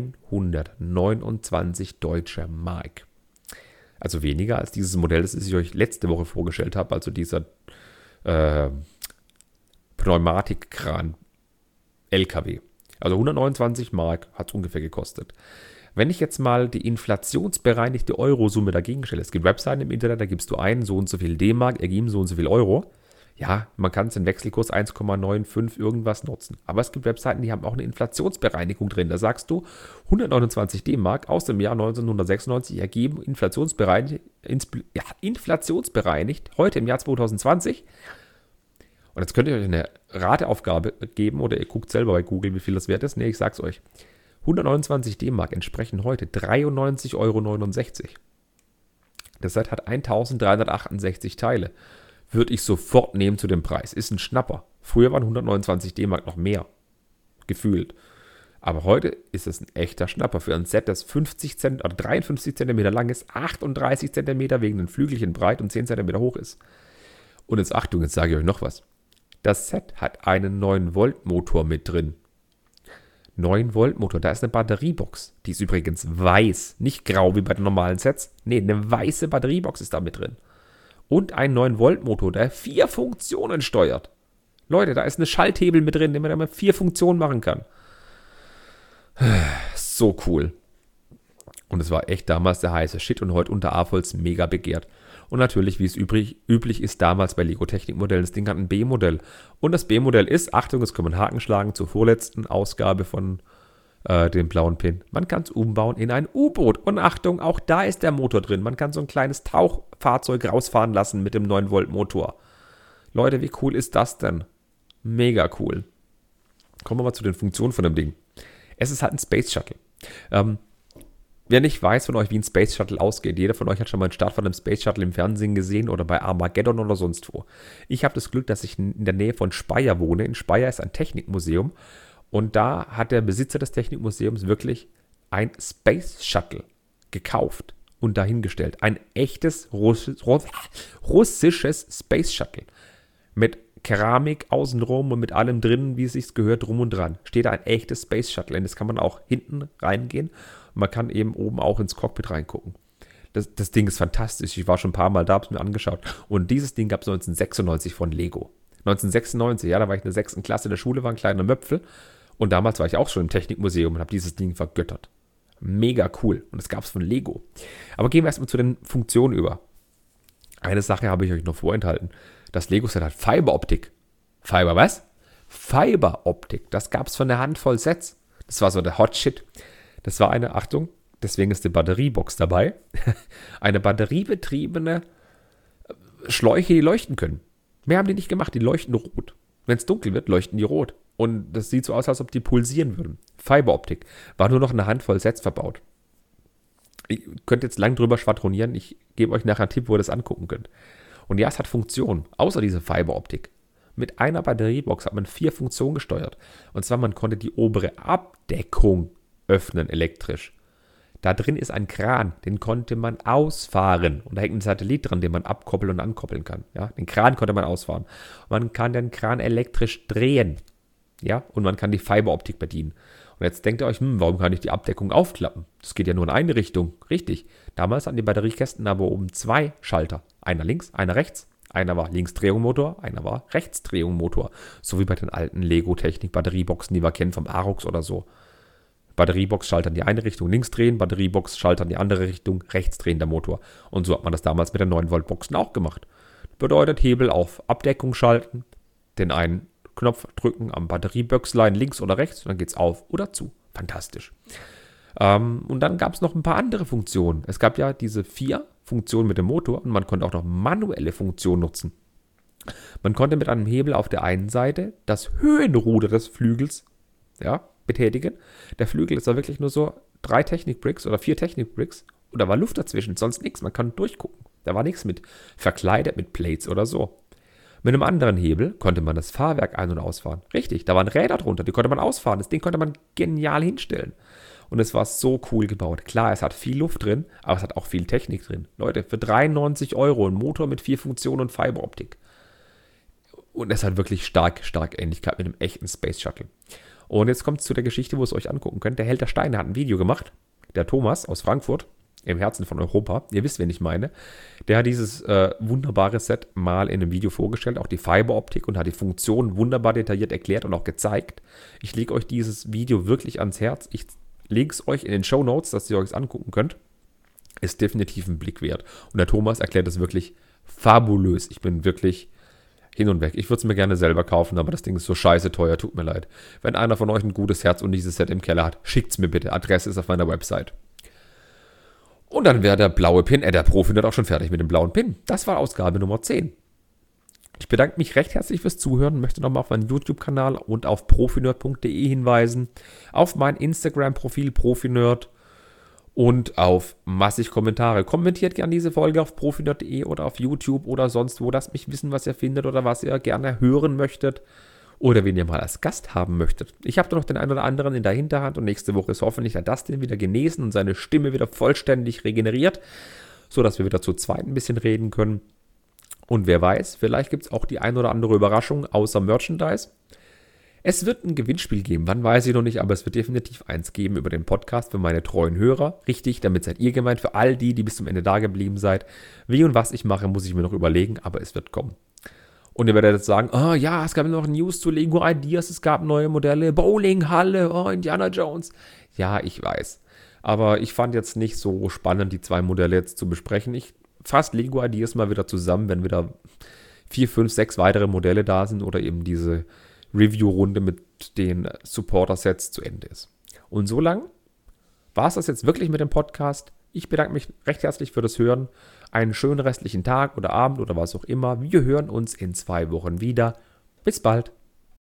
129 deutsche Mark. Also weniger als dieses Modell, das ich euch letzte Woche vorgestellt habe, also dieser Pneumatikkran LKW. Also 129 Mark hat es ungefähr gekostet. Wenn ich jetzt mal die inflationsbereinigte Eurosumme dagegen stelle, es gibt Webseiten im Internet, da gibst du ein, so und so viel D-Mark, ergeben so und so viel Euro. Ja, man kann es den Wechselkurs 1,95 irgendwas nutzen. Aber es gibt Webseiten, die haben auch eine Inflationsbereinigung drin. Da sagst du, 129 D-Mark aus dem Jahr 1996 ergeben inflationsbereinigt heute im Jahr 2020. Und jetzt könnt ihr euch eine Rateaufgabe geben oder ihr guckt selber bei Google, wie viel das wert ist. Nee, ich sag's euch. 129 D-Mark entsprechen heute 93,69 Euro. Das Set hat 1368 Teile. Würde ich sofort nehmen zu dem Preis. Ist ein Schnapper. Früher waren 129 D-Mark noch mehr. Gefühlt. Aber heute ist es ein echter Schnapper für ein Set, das 53 cm lang ist, 38 cm wegen den Flügelchen breit und 10 cm hoch ist. Und jetzt Achtung, jetzt sage ich euch noch was. Das Set hat einen 9-Volt-Motor mit drin. 9-Volt-Motor, da ist eine Batteriebox. Die ist übrigens weiß, nicht grau wie bei den normalen Sets. Nee, eine weiße Batteriebox ist da mit drin. Und ein 9-Volt-Motor, der 4 Funktionen steuert. Leute, da ist eine Schalthebel mit drin, den man damit 4 Funktionen machen kann. So cool. Und es war echt damals der heiße Shit und heute unter AFOLs mega begehrt. Und natürlich, wie es üblich ist, damals bei Lego Technik-Modellen, das Ding hat ein B-Modell. Und das B-Modell ist, Achtung, jetzt können wir einen Haken schlagen zur vorletzten Ausgabe von dem blauen Pin. Man kann es umbauen in ein U-Boot. Und Achtung, auch da ist der Motor drin. Man kann so ein kleines Tauchfahrzeug rausfahren lassen mit dem 9-Volt-Motor. Leute, wie cool ist das denn? Mega cool. Kommen wir mal zu den Funktionen von dem Ding. Es ist halt ein Space Shuttle. Wer nicht weiß von euch, wie ein Space Shuttle ausgeht, jeder von euch hat schon mal einen Start von einem Space Shuttle im Fernsehen gesehen oder bei Armageddon oder sonst wo. Ich habe das Glück, dass ich in der Nähe von Speyer wohne. In Speyer ist ein Technikmuseum und da hat der Besitzer des Technikmuseums wirklich ein Space Shuttle gekauft und dahingestellt. Ein echtes russisches Space Shuttle mit Keramik außenrum und mit allem drin, wie es sich gehört, drum und dran. Steht da ein echtes Space Shuttle. Und das kann man auch hinten reingehen. Und man kann eben oben auch ins Cockpit reingucken. Das Ding ist fantastisch. Ich war schon ein paar Mal da, habe es mir angeschaut. Und dieses Ding gab es 1996 von Lego. 1996, ja, da war ich in der 6. Klasse in der Schule, war ein kleiner Möpfel. Und damals war ich auch schon im Technikmuseum und habe dieses Ding vergöttert. Mega cool. Und das gab es von Lego. Aber gehen wir erstmal zu den Funktionen über. Eine Sache habe ich euch noch vorenthalten. Das Lego-Set hat Fiberoptik. Fiber was? Fiberoptik. Das gab es von der Handvoll Sets. Das war so der Hot Shit. Das war eine, Achtung, deswegen ist die Batteriebox dabei, eine batteriebetriebene Schläuche, die leuchten können. Mehr haben die nicht gemacht, die leuchten rot. Wenn es dunkel wird, leuchten die rot. Und das sieht so aus, als ob die pulsieren würden. Fiberoptik. War nur noch eine Handvoll Sets verbaut. Ihr könnt jetzt lang drüber schwadronieren. Ich gebe euch nachher einen Tipp, wo ihr das angucken könnt. Und ja, es hat Funktionen, außer diese Fiberoptik. Mit einer Batteriebox hat man 4 Funktionen gesteuert. Und zwar, man konnte die obere Abdeckung öffnen elektrisch. Da drin ist ein Kran, den konnte man ausfahren. Und da hängt ein Satellit dran, den man abkoppeln und ankoppeln kann. Ja, den Kran konnte man ausfahren. Man kann den Kran elektrisch drehen. Ja, und man kann die Fiberoptik bedienen. Und jetzt denkt ihr euch, warum kann ich die Abdeckung aufklappen? Das geht ja nur in eine Richtung. Richtig. Damals hatten die Batteriekästen aber oben 2 Schalter. Einer links, einer rechts. Einer war Linksdrehungsmotor, einer war Rechtsdrehungsmotor. So wie bei den alten Lego-Technik-Batterieboxen, die wir kennen vom Arox oder so. Batteriebox schaltet in die eine Richtung, links drehen, Batteriebox schaltet in die andere Richtung, rechts drehen der Motor. Und so hat man das damals mit den 9-Volt-Boxen auch gemacht. Bedeutet Hebel auf Abdeckung schalten, den einen Knopf drücken am Batterieböckslein links oder rechts und dann geht es auf oder zu. Fantastisch. Und dann gab es noch ein paar andere Funktionen. Es gab ja diese 4 Funktionen mit dem Motor und man konnte auch noch manuelle Funktionen nutzen. Man konnte mit einem Hebel auf der einen Seite das Höhenruder des Flügels betätigen. Der Flügel ist da wirklich nur so 3 Technikbricks oder 4 Technikbricks und da war Luft dazwischen, sonst nichts. Man kann durchgucken. Da war nichts mit verkleidet mit Plates oder so. Mit einem anderen Hebel konnte man das Fahrwerk ein- und ausfahren. Richtig, da waren Räder drunter, die konnte man ausfahren. Das Ding konnte man genial hinstellen. Und es war so cool gebaut. Klar, es hat viel Luft drin, aber es hat auch viel Technik drin. Leute, für 93 € ein Motor mit 4 Funktionen und Fiberoptik. Und es hat wirklich stark Ähnlichkeit mit einem echten Space Shuttle. Und jetzt kommt es zu der Geschichte, wo ihr es euch angucken könnt. Der Held der Steine hat ein Video gemacht. Der Thomas aus Frankfurt, im Herzen von Europa. Ihr wisst, wen ich meine. Der hat dieses wunderbare Set mal in einem Video vorgestellt, auch die Fiberoptik, und hat die Funktion wunderbar detailliert erklärt und auch gezeigt. Ich lege euch dieses Video wirklich ans Herz. Ich lege es euch in den Shownotes, dass ihr euch es angucken könnt. Ist definitiv ein Blick wert. Und der Thomas erklärt es wirklich fabulös. Ich bin wirklich hin und weg. Ich würde es mir gerne selber kaufen, aber das Ding ist so scheiße teuer, tut mir leid. Wenn einer von euch ein gutes Herz und dieses Set im Keller hat, schickt es mir bitte. Adresse ist auf meiner Website. Und dann wäre der blaue Pin, der Profi wird auch schon fertig mit dem blauen Pin. Das war Ausgabe Nummer 10. Ich bedanke mich recht herzlich fürs Zuhören, möchte nochmal auf meinen YouTube-Kanal und auf profinerd.de hinweisen, auf mein Instagram-Profil profinerd und auf massig Kommentare. Kommentiert gerne diese Folge auf profinerd.de oder auf YouTube oder sonst wo. Lasst mich wissen, was ihr findet oder was ihr gerne hören möchtet oder wen ihr mal als Gast haben möchtet. Ich habe da noch den einen oder anderen in der Hinterhand und nächste Woche ist hoffentlich der Dustin wieder genesen und seine Stimme wieder vollständig regeneriert, sodass wir wieder zu zweit ein bisschen reden können. Und wer weiß, vielleicht gibt es auch die ein oder andere Überraschung außer Merchandise. Es wird ein Gewinnspiel geben, wann weiß ich noch nicht, aber es wird definitiv eins geben über den Podcast für meine treuen Hörer. Richtig, damit seid ihr gemeint, für all die bis zum Ende da geblieben seid. Wie und was ich mache, muss ich mir noch überlegen, aber es wird kommen. Und ihr werdet jetzt sagen, ja, es gab noch News zu Lego Ideas, es gab neue Modelle, Bowlinghalle, Indiana Jones. Ja, ich weiß. Aber ich fand jetzt nicht so spannend, die 2 Modelle jetzt zu besprechen. Ich fasse Lego Ideas mal wieder zusammen, wenn wieder 4, 5, 6 weitere Modelle da sind oder eben diese Review-Runde mit den Supporter-Sets zu Ende ist. Und so lang war es das jetzt wirklich mit dem Podcast. Ich bedanke mich recht herzlich für das Hören. Einen schönen restlichen Tag oder Abend oder was auch immer. Wir hören uns in 2 Wochen wieder. Bis bald.